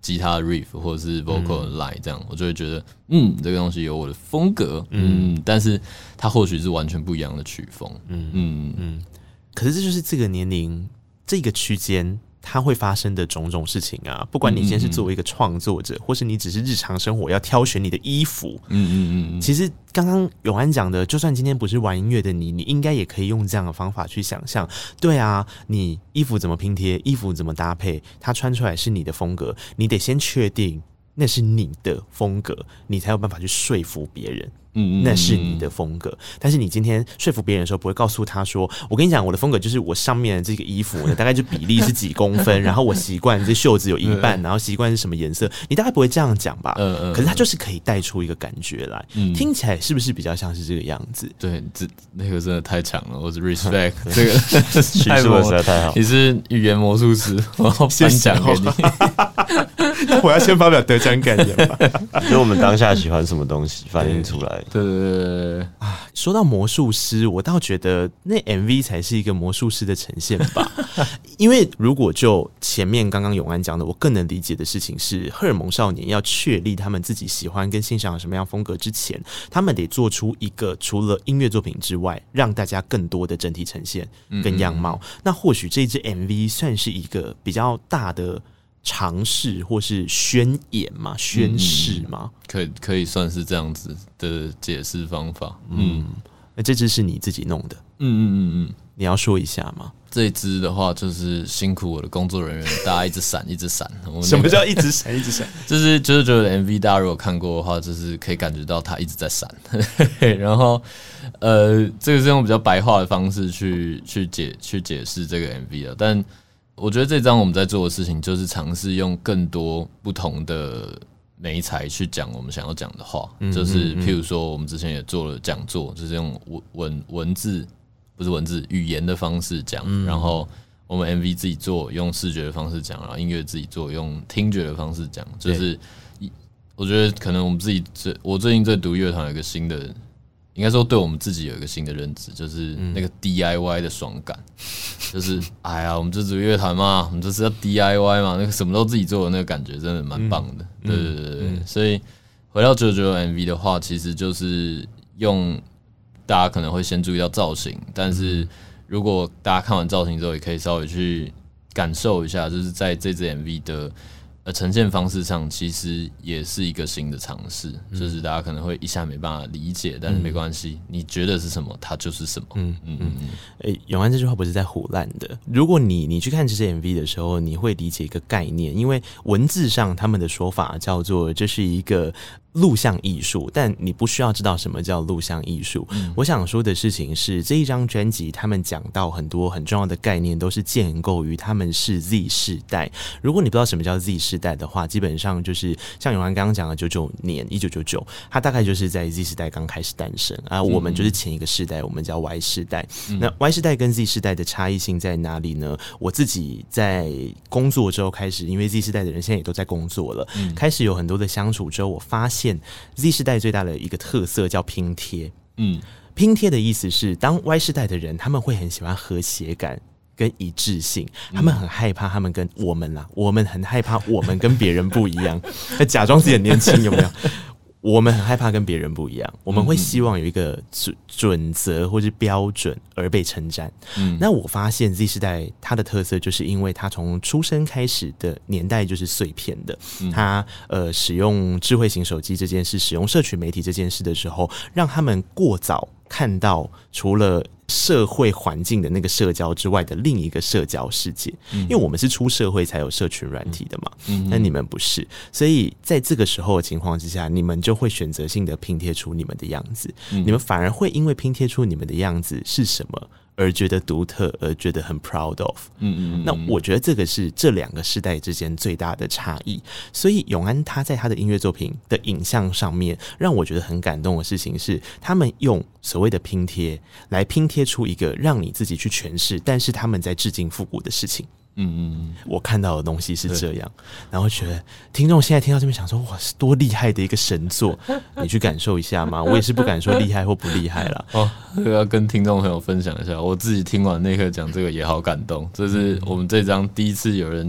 S2: 吉他的 riff 或者是 vocal 的 line 这样，我就会觉得这个东西有我的风格，但是它或许是完全不一样的曲风，
S3: 可是这就是这个年龄这个区间它会发生的种种事情啊，不管你今天是作为一个创作者，或是你只是日常生活要挑选你的衣服，其实刚刚永安讲的，就算今天不是玩音乐的你应该也可以用这样的方法去想象，对啊，你衣服怎么拼贴，衣服怎么搭配，它穿出来是你的风格，你得先确定那是你的风格，你才有办法去说服别人。那是你的风格，但是你今天说服别人的时候，不会告诉他说：“我跟你讲，我的风格就是我上面的这个衣服呢，大概就比例是几公分，然后我习惯这袖子有一半，然后习惯是什么颜色。”你大概不会这样讲吧？可是他就是可以带出一个感觉来，听起来是不是比较像是这个样子？
S2: 对，那个真的太强了，我是 respect 这个
S5: 叙述的实在太好。
S2: 你是语言魔术师，我要颁奖给你。
S3: 那我要先发表得奖感言吧。
S5: 就我们当下喜欢什么东西，反映出来。
S2: 对
S3: 啊，说到魔术师，我倒觉得那 MV 才是一个魔术师的呈现吧。因为如果就前面刚刚永安讲的，我更能理解的事情是，荷尔蒙少年要确立他们自己喜欢跟欣赏什么样风格之前，他们得做出一个除了音乐作品之外，让大家更多的整体呈现跟样貌。那或许这支 MV 算是一个比较大的尝试或是宣演嘛，宣示嘛，
S2: 可以算是这样子的解释方法。
S3: 那这支是你自己弄的，你要说一下吗？
S2: 这一支的话，就是辛苦我的工作人员，大家一直闪，一直闪。
S3: 什么叫一直闪，一直闪？
S2: 就是觉得 MV 大家如果看过的话，就是可以感觉到它一直在闪。然后这个是用比较白话的方式去解释这个 MV 的，但我觉得这张我们在做的事情，就是尝试用更多不同的媒材去讲我们想要讲的话，就是譬如说，我们之前也做了讲座，就是用文字不是文字语言的方式讲，然后我们 MV 自己做，用视觉的方式讲，然后音乐自己做，用听觉的方式讲，就是我觉得可能我们我最近对独立乐团有一个新的。应该说，对我们自己有一个新的认知，就是那个 DIY 的爽感，就是哎呀，我们这组乐团嘛，我们这是要 DIY 嘛，那个什么都自己做的那个感觉，真的蛮棒的。对，所以回到999 MV 的话，其实就是用大家可能会先注意到造型，但是如果大家看完造型之后，也可以稍微去感受一下，就是在这支 MV 的。呈现方式上其实也是一个新的尝试，就是大家可能会一下没办法理解，但是没关系，你觉得是什么，它就是什么。
S3: 永安这句话不是在唬烂的。如果你去看这支 MV 的时候，你会理解一个概念，因为文字上他们的说法叫做这是一个录像艺术，但你不需要知道什么叫录像艺术。我想说的事情是，这一张专辑他们讲到很多很重要的概念，都是建构于他们是 Z 世代。如果你不知道什么叫 Z 世代的话，基本上就是像永安刚刚讲的99年1999，它大概就是在 Z 世代刚开始诞生啊。我们就是前一个世代，我们叫 Y 世代。那 Y 世代跟 Z 世代的差异性在哪里呢？我自己在工作之后开始，因为 Z 世代的人现在也都在工作了，开始有很多的相处之后，我发现 Z 世代最大的一个特色叫拼贴。拼贴的意思是，当 Y 世代的人，他们会很喜欢和谐感跟一致性，他们很害怕他们跟我们很害怕我们跟别人不一样，假装自己很年轻，有没有？我们很害怕跟别人不一样，我们会希望有一个准则或是标准而被称赞。那我发现 Z 世代它的特色，就是因为它从出生开始的年代就是碎片的，它使用智慧型手机这件事，使用社群媒体这件事的时候，让他们过早看到除了社会环境的那个社交之外的另一个社交世界，因为我们是出社会才有社群软体的嘛，但你们不是，所以在这个时候的情况之下，你们就会选择性的拼贴出你们的样子，你们反而会因为拼贴出你们的样子是什么而觉得独特，而觉得很 proud of。那我觉得这个是这两个世代之间最大的差异。所以永安他在他的音乐作品的影像上面，让我觉得很感动的事情是，他们用所谓的拼贴来拼贴出一个让你自己去诠释，但是他们在致敬复古的事情。我看到的东西是这样，然后觉得听众现在听到这边想说，哇，是多厉害的一个神作，你去感受一下嘛。我也是不敢说厉害或不厉害啦。
S2: 要跟听众朋友分享一下，我自己听完那刻讲这个也好感动，这是我们这张第一次有人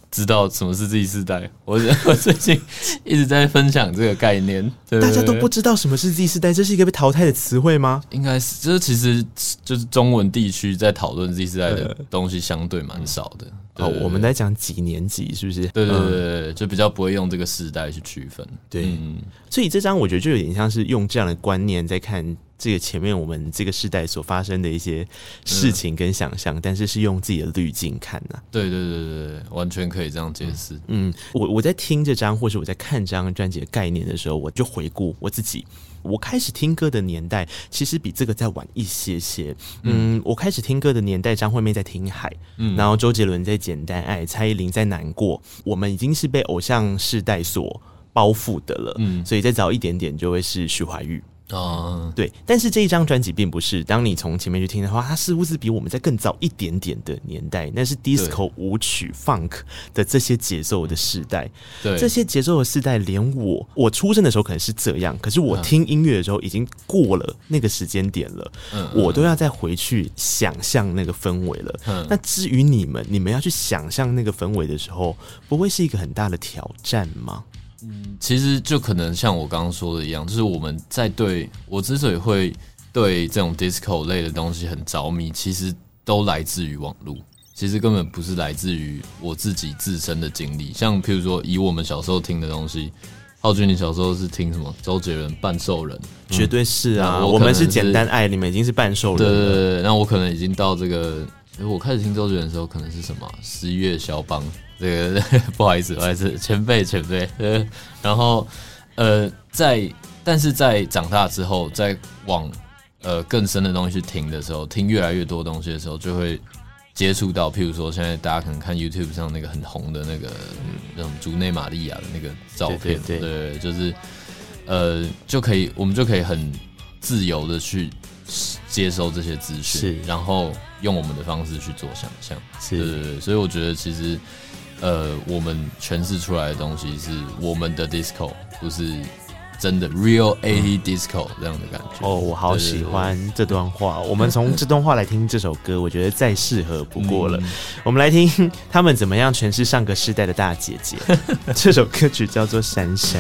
S2: 知道什么是 Z 世代。我最近一直在分享这个概念，对
S3: 大家都不知道什么是 Z 世代，这是一个被淘汰的词汇吗？
S2: 应该是，这其实就是中文地区在讨论 Z 世代的东西相对蛮少的。
S3: 哦，我们在讲几年级，是不是？
S2: 对对对对，就比较不会用这个世代去区分。
S3: 对，所以这张我觉得就有点像是用这样的观念在看这个前面我们这个世代所发生的一些事情跟想象，但是是用自己的滤镜看呐。
S2: 对对对对对，完全可以这样解释。
S3: 我在听这张或是我在看这张专辑的概念的时候，我就回顾我自己。我开始听歌的年代其实比这个再晚一些些。我开始听歌的年代，张惠妹在听海，然后周杰伦在简单爱，蔡依林在难过。我们已经是被偶像世代所包覆的了，所以再早一点点就会是徐怀钰。对，但是这一张专辑并不是。当你从前面去听的话，它似乎是比我们在更早一点点的年代，那是 disco 舞曲 funk 的这些节奏的世代。对，这些节奏的世代，连我出生的时候可能是这样，可是我听音乐的时候已经过了那个时间点了，我都要再回去想象那个氛围了。那至于你们要去想象那个氛围的时候，不会是一个很大的挑战吗？
S2: 其实就可能像我刚刚说的一样，就是我们在我之所以会对这种 disco 类的东西很着迷，其实都来自于网络，其实根本不是来自于我自己自身的经历。像譬如说以我们小时候听的东西，浩君你小时候是听什么？周杰伦半兽人，
S3: 绝对是啊，我们是简单爱，你们已经是半兽人了。
S2: 对对对，那我可能已经到这个，我开始听周杰伦的时候可能是什么11月肖邦。这个不好意思，前辈，然后但是在长大之后，在往更深的东西去听的时候，听越来越多东西的时候，就会接触到，譬如说现在大家可能看 YouTube 上那个很红的那个那种竹内玛利亚的那个照片，对，就是我们就可以很自由的去接收这些资讯，然后用我们的方式去做想象，对，所以我觉得其实。我们诠释出来的东西是我们的 disco， 不是真的 real 80 disco 这样的感觉。我
S3: 好喜欢这段话。我们从这段话来听这首歌，我觉得再适合不过了。我们来听他们怎么样诠释上个世代的大姐姐。这首歌曲叫做《珊珊》。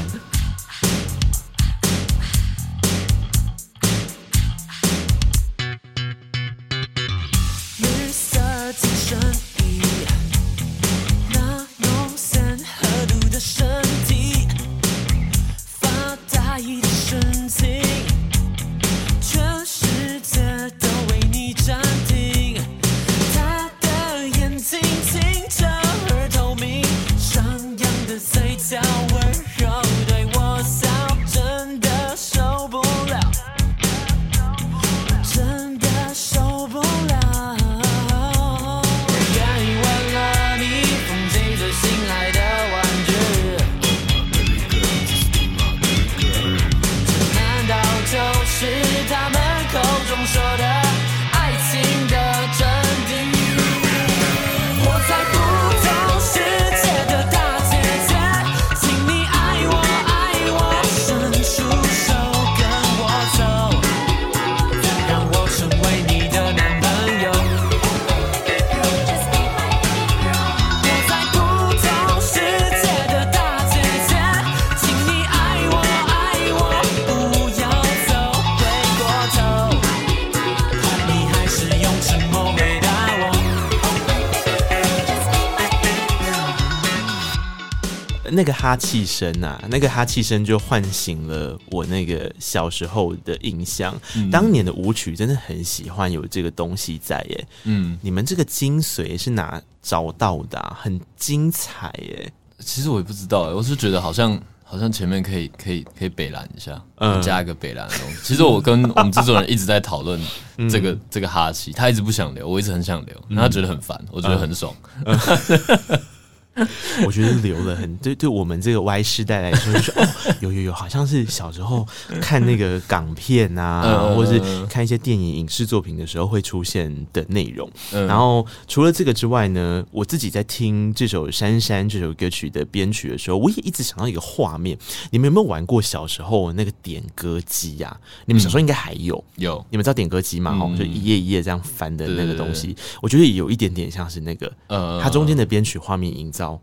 S3: 那个哈气声啊，那个哈气声就唤醒了我那个小时候的印象。当年的舞曲真的很喜欢有这个东西在耶。你们这个精髓是哪找到的啊？很精彩耶。
S2: 其实我也不知道耶，我是觉得好像前面可以北蓝一下，加一个北蓝的东西。其实我跟我们制作人一直在讨论这个哈气，他一直不想留，我一直很想留，他觉得很烦，我觉得很爽。
S3: 我觉得留了很对我们这个 Y 世代来说，就说有好像是小时候看那个港片啊，或是看一些电影影视作品的时候会出现的内容。然后除了这个之外呢，我自己在听这首《珊珊》这首歌曲的编曲的时候，我也一直想到一个画面。你们有没有玩过小时候那个点歌机啊？你们小时候应该还有，你们知道点歌机吗？就一页一页这样翻的那个东西，我觉得有一点点像是那个，它中间的编曲画面营造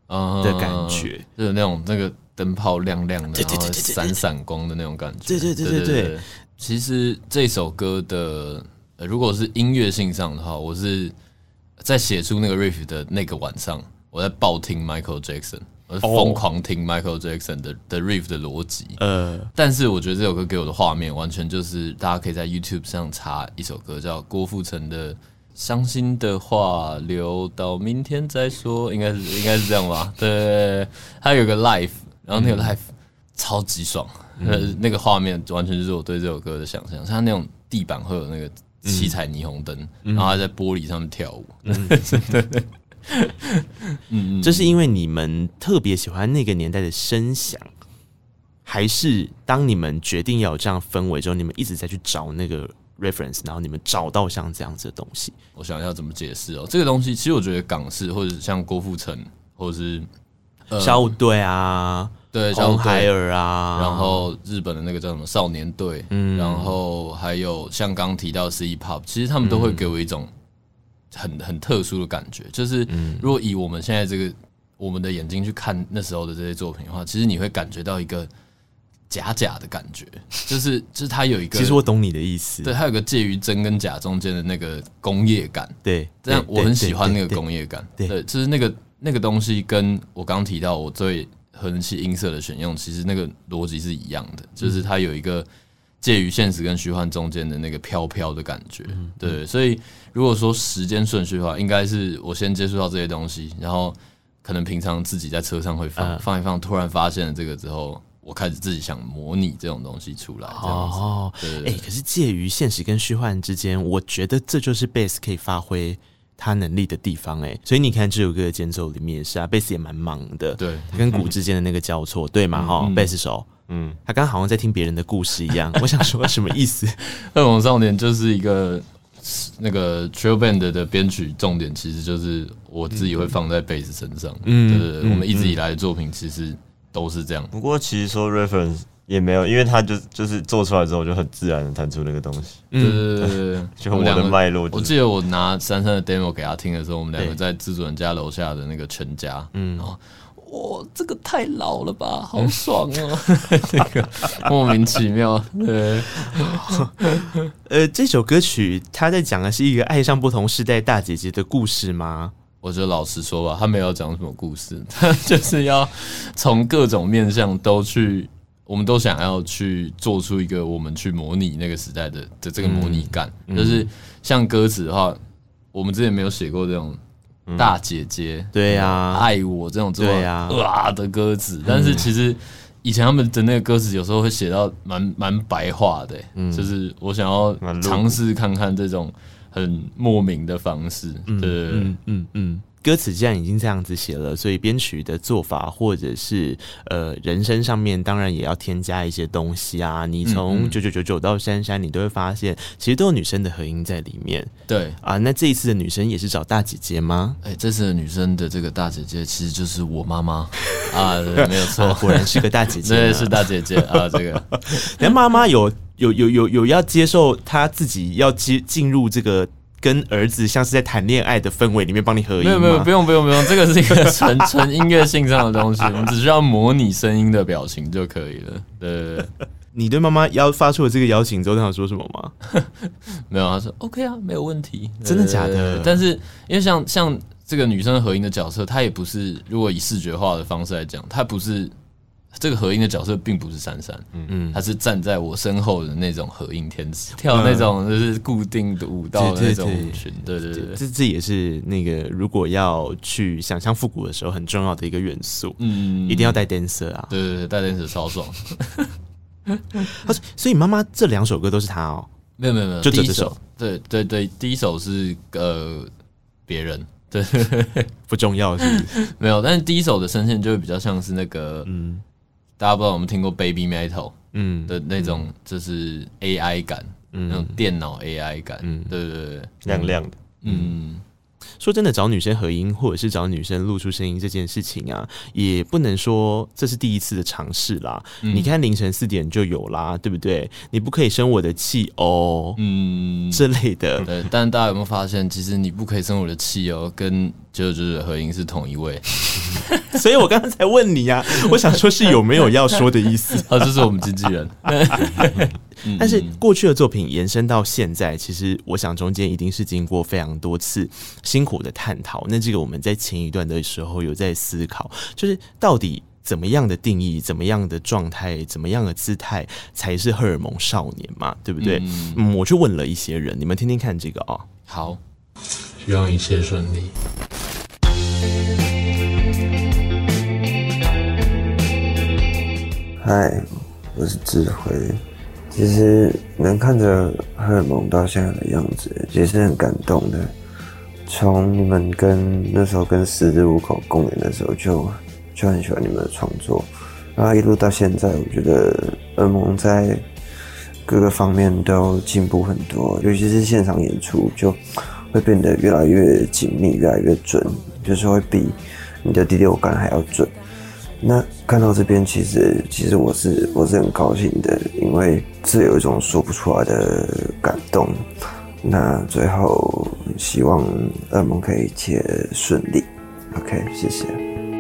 S3: 的感觉，
S2: 就是那种那个灯泡亮亮的，然后闪闪光的那种感觉。对。其实这首歌的如果是音乐性上的话，我是在写出那个 riff 的那个晚上，我在爆听 Michael Jackson。我疯狂听 Michael Jackson 的 riff 的逻辑，但是我觉得这首歌给我的画面完全就是大家可以在 YouTube 上查一首歌，叫郭富城的《伤心的话留到明天再说》，应该是这样吧？对，他有个 live， 然后那个 live 超级爽，那个画面完全就是我对这首歌的想象，他那种地板会有那个七彩霓虹灯，然后他在玻璃上面跳舞，对。
S3: 这是因为你们特别喜欢那个年代的声响，还是当你们决定要有这样氛围之后，你们一直在去找那个 reference， 然后你们找到像这样子的东西？
S2: 我想一下怎么解释哦。这个东西其实我觉得港式或者像郭富城，或者是
S3: 小虎队啊，
S2: 对，
S3: 红孩儿啊，
S2: 然后日本的那个叫什么少年队，然后还有像刚提到 City Pop， 其实他们都会给我一种很特殊的感觉，就是如果以我们现在这个我们的眼睛去看那时候的这些作品的话，其实你会感觉到一个假的感觉，就是它有一个，
S3: 其实我懂你的意思，
S2: 对，它有个介于真跟假中间的那个工业感，
S3: 对，
S2: 这样我很喜欢那个工业感，对，就是那个东西跟我刚提到我对合成器音色的选用，其实那个逻辑是一样的，就是它有一个介于现实跟虚幻中间的那个飘飘的感觉，对，所以如果说时间顺序的话，应该是我先接触到这些东西，然后可能平常自己在车上会放一放，突然发现了这个之后，我开始自己想模拟这种东西出来，这样子。对，
S3: 可是介于现实跟虚幻之间，我觉得这就是贝斯可以发挥他能力的地方，所以你看这首歌的间奏里面也是啊，贝斯也蛮忙的，
S2: 对，
S3: 跟鼓之间的那个交错，对嘛？贝斯手。他刚好像在听别人的故事一样。我想说什么意思？
S2: 恶魔少年就是一个那个 Trill Band 的编曲重点，其实就是我自己会放在贝斯身上。对，我们一直以来的作品其实都是这样。
S5: 不过其实说 reference 也没有，因为他就是做出来之后就很自然的弹出那个东西。
S2: 对，
S5: 就我的脉络。
S2: 我记得我拿珊珊的 demo 给他听的时候，我们两个在制作人家楼下的那个全家，然后。哇，这个太老了吧，好爽哦！这个莫名其妙。对，
S3: 这首歌曲他在讲的是一个爱上不同世代大姐姐的故事吗？
S2: 我觉得老实说吧，他没有讲什么故事，他就是要从各种面向都去，我们都想要去做出一个我们去模拟那个时代的这个模拟感，就是像歌词的话，我们之前没有写过这种。大姐姐，
S3: 对呀，
S2: 爱我这种对呀的歌词，但是其实以前他们的那个歌词有时候会写到蛮白话的，就是我想要尝试看看这种很莫名的方式，对，
S3: 歌词既然已经这样子写了，所以编曲的做法或者是人声上面当然也要添加一些东西啊。你从9999到珊珊，你都会发现其实都有女生的合音在里面。
S2: 对
S3: 啊，那这一次的女生也是找大姐姐吗？
S2: 这次的女生的这个大姐姐其实就是我妈妈啊，没有错，
S3: 果然是个大姐姐，
S2: 对，是大姐姐啊。这个，
S3: 那妈妈有要接受她自己要进入这个。跟儿子像是在谈恋爱的氛围里面帮你合音吗？
S2: 没有，不用，这个是一个纯音乐性上的东西，我们只需要模拟声音的表情就可以了。对，
S3: 你对妈妈发出了这个邀请之后，她想说什么吗？
S2: 没有，她说 OK 啊，没有问题。
S3: 真的假的？
S2: 但是因为像这个女生合音的角色，她也不是，如果以视觉化的方式来讲，她不是。这个合音的角色并不是珊珊，他是站在我身后的那种合音天使，跳那种就是固定的舞蹈的那种舞群，对，
S3: 这也是那个如果要去想象复古的时候很重要的一个元素，一定要带 dancer 啊，
S2: 对，带 dancer 超爽。
S3: 所以妈妈这2首歌都是他哦，
S2: 没有，
S3: 就这首，
S2: 对，第一首是别人。对，
S3: 不重要是不是？
S2: 没有，但是第一首的声线就会比较像是那个，大家不知道我们听过 Baby Metal 的那种，就是 AI 感，那种电脑 AI 感，对，
S5: 亮亮的，
S3: 说真的，找女生合音或者是找女生露出声音这件事情啊，也不能说这是第一次的尝试啦。你看凌晨4点就有啦，对不对？你不可以生我的气哦，之类的。
S2: 对，但大家有没有发现，其实你不可以生我的气哦，跟就是合音是同一位。
S3: 所以我刚刚才问你啊，我想说是有没有要说的意思
S2: 这是我们经纪人。
S3: 但是过去的作品延伸到现在，其实我想中间一定是经过非常多次辛苦的探讨。那这个我们在前一段的时候有在思考，就是到底怎么样的定义，怎么样的状态，怎么样的姿态才是荷尔蒙少年嘛，对不对？我去问了一些人，你们听听看这个啊。
S2: 好，
S6: 希望一切顺利。
S7: 嗨，我是智慧。其实能看着荷尔蒙到现在的样子，也是很感动的。从你们那时候跟十字路口公演的时候就很喜欢你们的创作，然后一路到现在，我觉得荷尔蒙在各个方面都进步很多，尤其是现场演出就会变得越来越紧密，越来越准，就是会比你的第六感还要准。那看到这边，其实我是很高兴的，因为这有一种说不出来的感动。那最后希望荷尔蒙可以一切顺利。OK， 谢谢。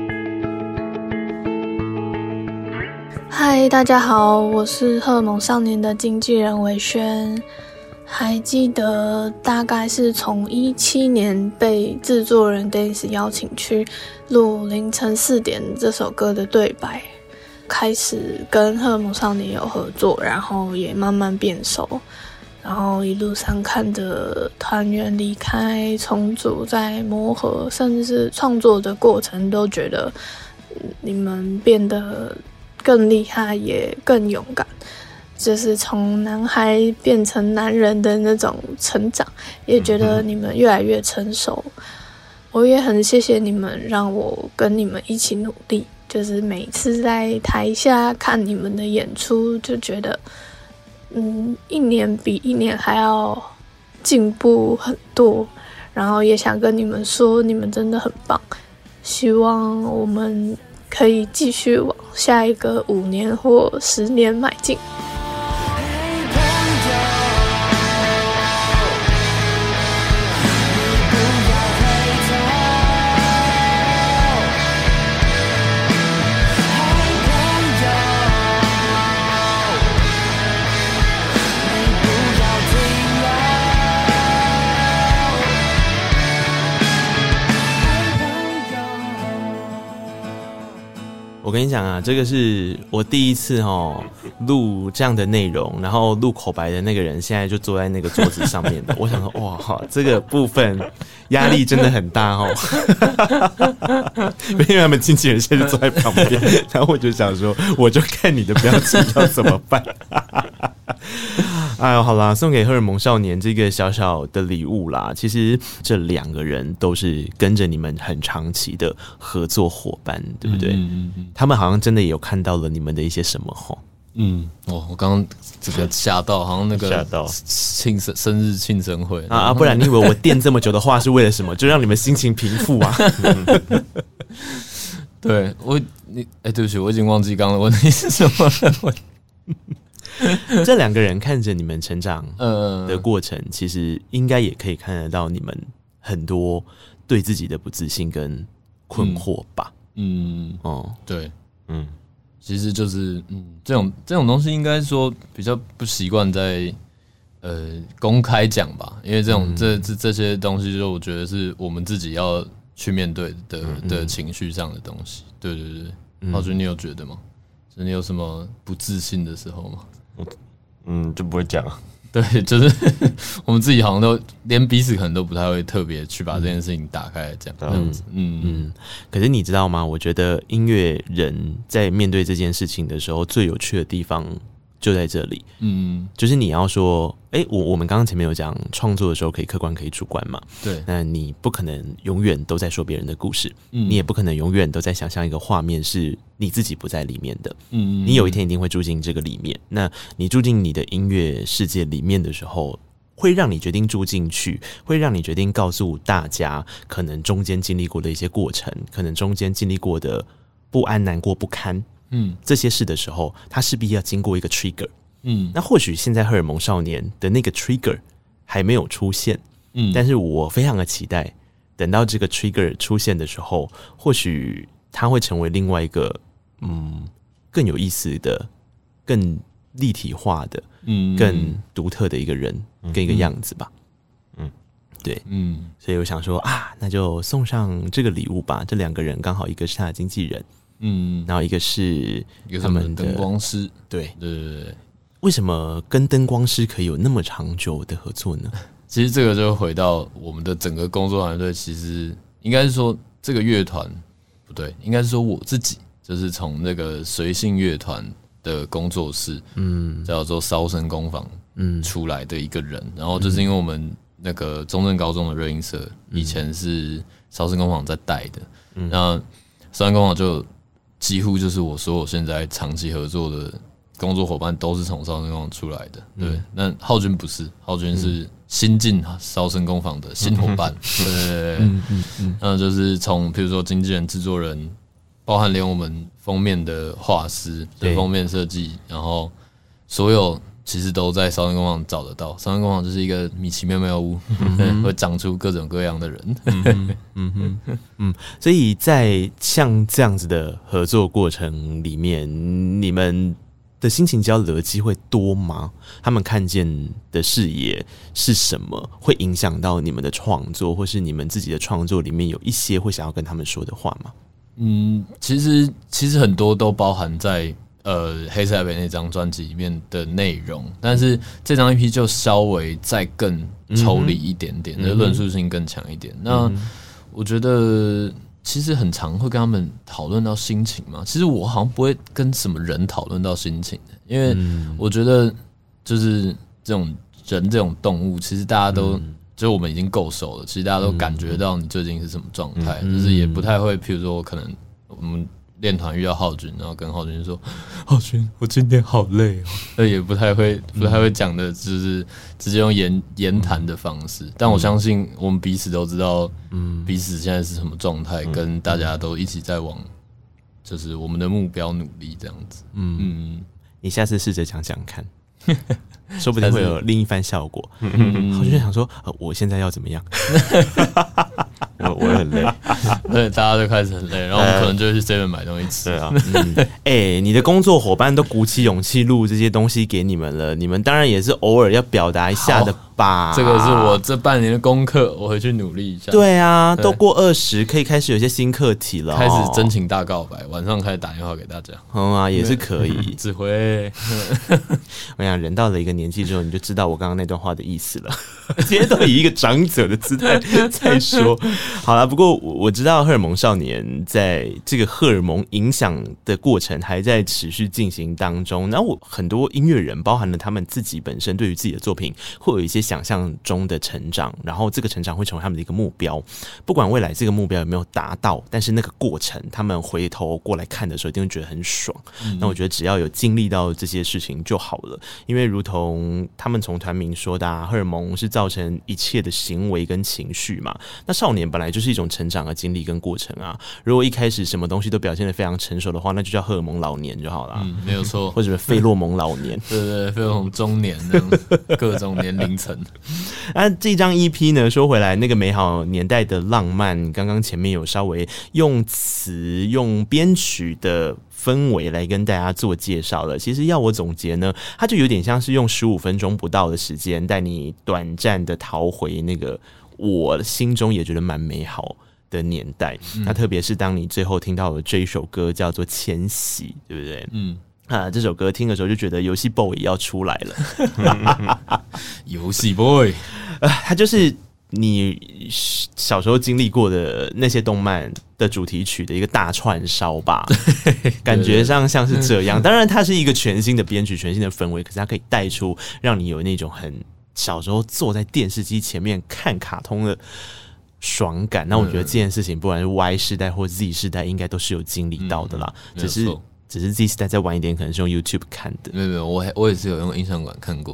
S8: 嗨，大家好，我是荷尔蒙少年的经纪人韦轩。还记得大概是从2017年被制作人 Dennis 邀请去录凌晨4点这首歌的对白，开始跟荷尔蒙少年有合作，然后也慢慢变熟，然后一路上看着团员离开、重组、在磨合，甚至是创作的过程，都觉得你们变得更厉害，也更勇敢。就是从男孩变成男人的那种成长，也觉得你们越来越成熟。我也很谢谢你们，让我跟你们一起努力。就是每次在台下看你们的演出，就觉得，一年比一年还要进步很多。然后也想跟你们说，你们真的很棒。希望我们可以继续往下一个5年或10年迈进。
S3: 我跟你讲啊，这个是我第一次录这样的内容，然后录口白的那个人现在就坐在那个桌子上面的。我想说，哇，这个部分压力真的很大因为他们经纪人现在就坐在旁边，然后我就想说，我就看你的表情要怎么办。哎呦，好啦，送给荷尔蒙少年这个小小的礼物啦。其实这2个人都是跟着你们很长期的合作伙伴，对不对？他们好像真的也有看到了你们的一些什么
S2: 我刚刚这个吓到，好像那个生日庆生会
S3: 啊，不然你以为我垫这么久的话是为了什么？就让你们心情平复啊。
S2: 对对不起，我已经忘记刚刚的问题是什么了。
S3: 这2个人看着你们成长的过程，其实应该也可以看得到你们很多对自己的不自信跟困惑吧。
S2: 对，其实就是这种东西应该说比较不习惯在公开讲吧，因为这些东西，就我觉得是我们自己要去面对的情绪上的东西。对对对，浩君，你有觉得吗？你有什么不自信的时候吗？
S5: 就不会讲。
S2: 对，就是我们自己好像都连彼此可能都不太会特别去把这件事情打开来讲这样子。
S3: 可是你知道吗？我觉得音乐人在面对这件事情的时候，最有趣的地方就在这里。就是你要说，我们刚刚前面有讲，创作的时候可以客观可以主观嘛。
S2: 对，
S3: 那你不可能永远都在说别人的故事，你也不可能永远都在想象一个画面是你自己不在里面的。你有一天一定会住进这个里面。那你住进你的音乐世界里面的时候，会让你决定住进去，会让你决定告诉大家可能中间经历过的一些过程，可能中间经历过的不安、难过、不堪，这些事的时候，它势必要经过一个 trigger。那或许现在荷尔蒙少年的那个 trigger 还没有出现，但是我非常的期待，等到这个 trigger 出现的时候，或许他会成为另外一个更有意思的、更立体化的、更独特的一个人跟一个样子吧。对，所以我想说啊，那就送上这个礼物吧。这2个人刚好一个是他的经纪人，然后一个是他们的
S2: 灯光师。对。
S3: 为什么跟灯光师可以有那么长久的合作呢？
S2: 其实这个就回到我们的整个工作团队，其实应该是说这个乐团不对，应该是说我自己就是从那个随性乐团的工作室，叫做烧声工坊，出来的一个人。然后就是因为我们那个中正高中的热音社以前是烧声工坊在带的，那烧声工坊就几乎就是我所有现在长期合作的工作伙伴都是从烧声工坊出来的。对，那浩君不是，浩君是新进烧声工坊的新伙伴。对，那就是从比如说经纪人、制作人，包含连我们封面的画师的封面设计，然后所有其实都在烧声工坊找得到。烧声工坊就是一个米奇妙妙屋，会长出各种各样的人。
S3: 所以在像这样子的合作过程里面，你们的心情交流的机会多吗？他们看见的视野是什么？会影响到你们的创作，或是你们自己的创作里面有一些会想要跟他们说的话吗？
S2: 其实很多都包含在黑色台北那张专辑里面的内容，但是这张 EP 就稍微再更抽离一点点，论述性更强一点。那我觉得其实很常会跟他们讨论到心情嘛。其实我好像不会跟什么人讨论到心情的，因为我觉得就是这种人这种动物，其实大家都就我们已经够熟了，其实大家都感觉到你最近是什么状态，就是也不太会，譬如说可能我们练团遇到浩君，然后跟浩君说：“浩君，我今天好累哦。”也不太会讲的，就是直接用言谈的方式。但我相信我们彼此都知道，彼此现在是什么状态，跟大家都一起在往就是我们的目标努力这样子。
S3: 你下次试着讲讲看。说不定会有另一番效果。浩君就想说，我现在要怎么样？
S5: 我也很累，
S2: 对，大家都开始很累，然后我们可能就会去 7 买东西吃。
S5: 对啊，
S3: 你的工作伙伴都鼓起勇气录这些东西给你们了，你们当然也是偶尔要表达一下的吧？
S2: 这个是我这半年的功课，我回去努力一下。
S3: 对啊，都过20，可以开始有些新课题了，
S2: 开始真情大告白，晚上开始打电话给大家。
S3: 也是可以。
S2: 指挥，
S3: 我想人到了一个年纪之后，你就知道我刚刚那段话的意思了。今天都以一个长者的姿态在说。好啦，不过我知道荷尔蒙少年在这个荷尔蒙影响的过程还在持续进行当中。然后很多音乐人，包含了他们自己本身对于自己的作品会有一些想象中的成长，然后这个成长会成为他们的一个目标。不管未来这个目标有没有达到，但是那个过程他们回头过来看的时候，一定会觉得很爽。那我觉得只要有经历到这些事情就好了，因为如同他们从团名说的荷尔蒙是造成一切的行为跟情绪嘛。那少年本来就是一种成长的经历跟过程啊。如果一开始什么东西都表现得非常成熟的话，那就叫荷尔蒙老年就好了。
S2: 没有错，
S3: 或者费洛蒙老年。
S2: 对，费洛蒙中年这样各种年龄层。
S3: 这张 EP 呢，说回来，那个美好年代的浪漫，刚刚前面有稍微用词、用编曲的氛围来跟大家做介绍了。其实要我总结呢，它就有点像是用15分钟不到的时间，带你短暂的逃回那个我心中也觉得蛮美好的年代。那特别是当你最后听到的这一首歌叫做《迁徙》，对不对？这首歌听的时候就觉得游戏 boy 要出来了。
S2: 游戏 boy，
S3: 它就是你小时候经历过的那些动漫的主题曲的一个大串烧吧，感觉上像是这样。当然，它是一个全新的编曲、全新的氛围，可是它可以带出让你有那种很小时候坐在电视机前面看卡通的爽感。那我觉得这件事情，不管是 Y 世代或 Z 世代，应该都是有经历到的啦。只是 Z 世代再晚一点，可能是用 YouTube 看的。
S2: 没有，我也是有用映像馆看过的。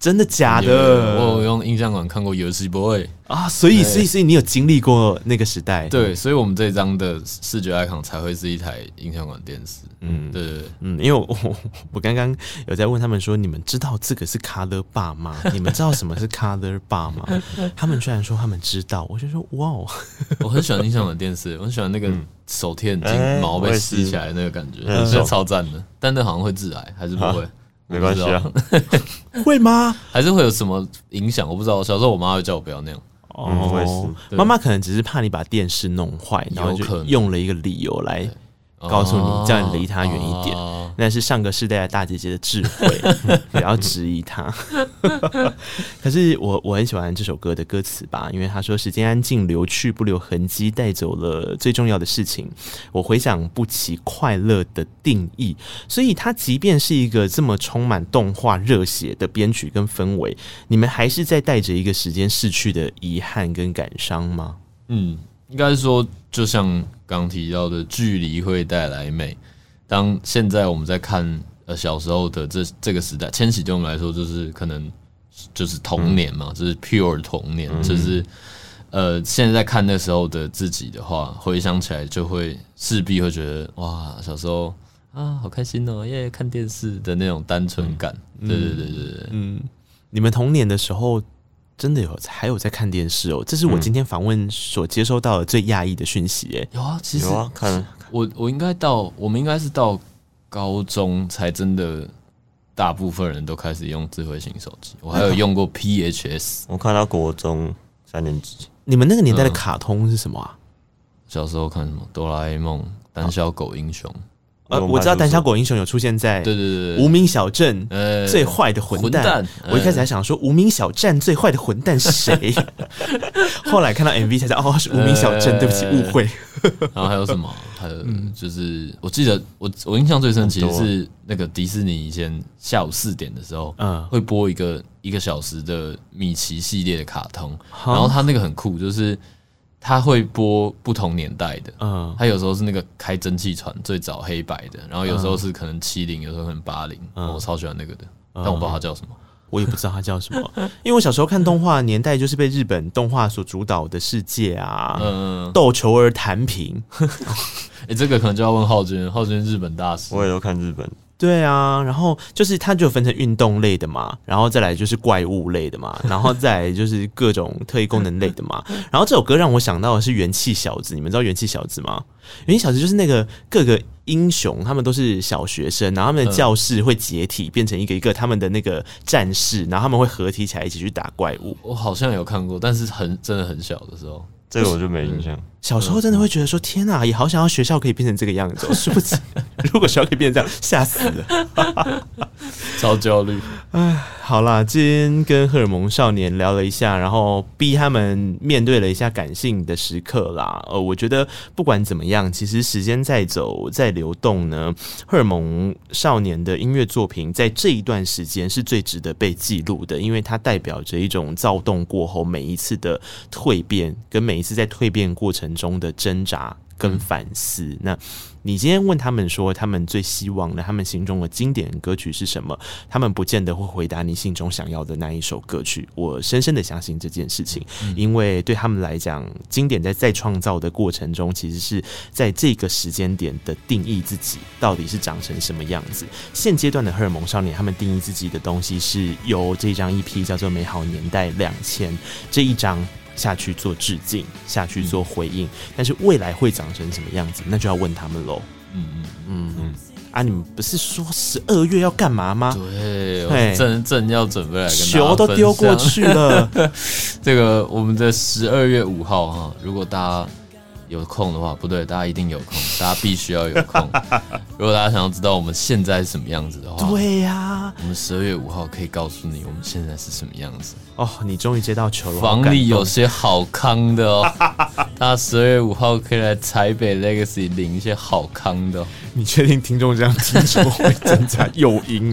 S3: 真的假的？
S2: 我有用映像馆看过游戏 boy
S3: 啊，所以你有经历过那个时代，
S2: 对，所以我们这张的视觉 icon 才会是一台映像馆电视，对，
S3: 因为我刚刚有在问他们说，你们知道这个是 Color Bar 吗？你们知道什么是 Color Bar 吗？他们居然说他们知道，我就说哇哦，
S2: 我很喜欢映像馆电视，我很喜欢那个手贴很近，毛被吸起来的那个感觉，超赞的，但那好像会致癌，还是不会？
S5: 没关系啊，
S3: 会吗？
S2: 还是会有什么影响？我不知道。小时候我妈会叫我不要那样。
S3: 妈妈可能只是怕你把电视弄坏，然后就用了一个理由来告诉你，叫你离她远一点。那是上个世代的大姐姐的智慧，不要质疑她。可是我很喜欢这首歌的歌词吧，因为他说：“时间安静流去，不留痕迹，带走了最重要的事情。我回想不起快乐的定义。”所以，他即便是一个这么充满动画热血的编曲跟氛围，你们还是在带着一个时间逝去的遗憾跟感伤吗？
S2: 应该是说，就像刚提到的，距离会带来美。当现在我们在看小时候的这个时代，千禧对我们来说就是可能就是童年嘛，就是 pure 童年，就是现在看那时候的自己的话，回想起来就会势必会觉得哇，小时候啊好开心哦，耶看电视的那种单纯感，对，
S3: 你们童年的时候真的还有在看电视哦，这是我今天访问所接收到的最讶异的讯息耶。
S2: 有啊，其实
S5: 有啊，看
S2: 我们应该是到高中才真的，大部分人都开始用智慧型手机。我还有用过 PHS，
S5: 我看到国中3年级。
S3: 你们那个年代的卡通是什么啊？
S2: 小时候看什么哆啦 A 梦、胆小狗英雄。
S3: 我知道胆小狗英雄有出现在无名小镇最坏的混蛋，我一开始还想说无名小站最坏的混蛋是谁，后来看到 MV 才知道是无名小镇，对不起误会。
S2: 然后还有什么？还有就是我记得我印象最深其实是那个迪士尼以前下午4点的时候，会播一个小时的米奇系列的卡通，然后它那个很酷，就是他会播不同年代的，他有时候是那个开蒸汽船最早黑白的，然后有时候是可能70，有时候可能80，我超喜欢那个的，但我不知道它叫什么。
S3: 我也不知道它叫什么，因为我小时候看动画年代就是被日本动画所主导的世界啊，斗球儿弹平。
S2: 这个可能就要问浩君日本大师，
S5: 我也都看日本。
S3: 对啊，然后就是它就分成运动类的嘛，然后再来就是怪物类的嘛，然后再来就是各种特异功能类的嘛。然后这首歌让我想到的是元气小子，你们知道元气小子吗？元气小子就是那个各个英雄，他们都是小学生，然后他们的教室会解体，变成一个一个他们的那个战士，然后他们会合体起来一起去打怪物。
S2: 我好像有看过，但是真的很小的时候。
S5: 这个我就没印象。
S3: 小时候真的会觉得说天哪，也好想要学校可以变成这个样子，殊不知如果学校可以变成这样，吓死了，
S2: 超焦虑。
S3: 好啦，今天跟荷尔蒙少年聊了一下，然后逼他们面对了一下感性的时刻啦。我觉得不管怎么样，其实时间在走在流动呢，荷尔蒙少年的音乐作品在这一段时间是最值得被记录的，因为它代表着一种躁动过后每一次的蜕变，跟每一次在蜕变过程中的挣扎跟反思。那你今天问他们说他们最希望的，他们心中的经典歌曲是什么，他们不见得会回答你心中想要的那一首歌曲。我深深的相信这件事情，因为对他们来讲，经典在再创造的过程中，其实是在这个时间点的定义自己到底是长成什么样子。现阶段的荷尔蒙少年，他们定义自己的东西是由这张 EP 叫做《美好年代2000》这一张下去做致敬，下去做回应，但是未来会长成什么样子，那就要问他们喽。你们不是说12月要干嘛吗？
S2: 对，我正要准备来跟大家分享，
S3: 球都丢过去了。
S2: 这个我们的12月5号哈，如果大家有空的话，不对，大家一定有空，大家必须要有空。如果大家想要知道我们现在是什么样子的话，
S3: 对呀，
S2: 我们12月5号可以告诉你我们现在是什么样子。
S3: 哦，你终于接到球了，
S2: 房里有些好康的哦，大家12月5号可以来台北 Legacy 领一些好康的哦。
S3: 你确定听众这样听说会增加诱因吗？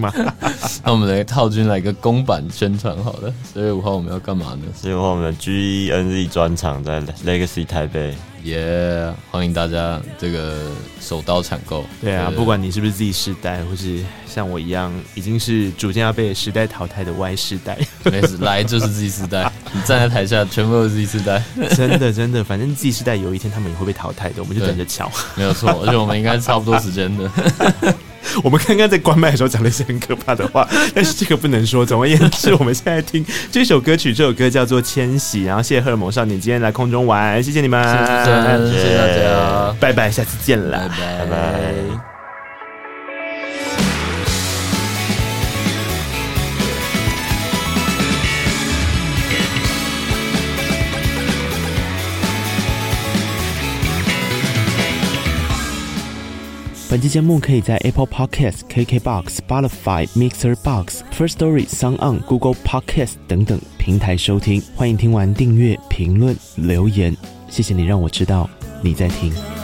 S2: 那我们来浩君来个公版宣传好了。4月5号我们要干嘛呢
S5: 4月5号我们的 GENZ 专场在 Legacy 台北。
S2: 欢迎大家这个手刀抢购。
S3: 对啊，不管你是不是 Z 世代，或是像我一样已经是逐渐要被时代淘汰的 Y 世代，
S2: 没事，来就是 Z 世代，你站在台下全部都是 Z 世代。
S3: 真的，反正 Z 世代有一天他们也会被淘汰的，我们就等着瞧。
S2: 没有错，而且我们应该是差不多时间的。
S3: 我们刚刚在关麦的时候讲了一些很可怕的话，但是这个不能说。总而言之，我们现在听这首歌曲，这首歌叫做《千禧》，然后谢谢荷尔蒙少年今天来空中玩，谢谢你们，
S2: 谢谢大家，
S3: 拜拜，下次见了，
S2: 拜拜。
S3: 本期节目可以在 Apple Podcast、KKBox、Spotify、Mixer Box、Firstory、SoundOn、Google Podcast 等等平台收听。欢迎听完订阅、评论、留言，谢谢你让我知道你在听。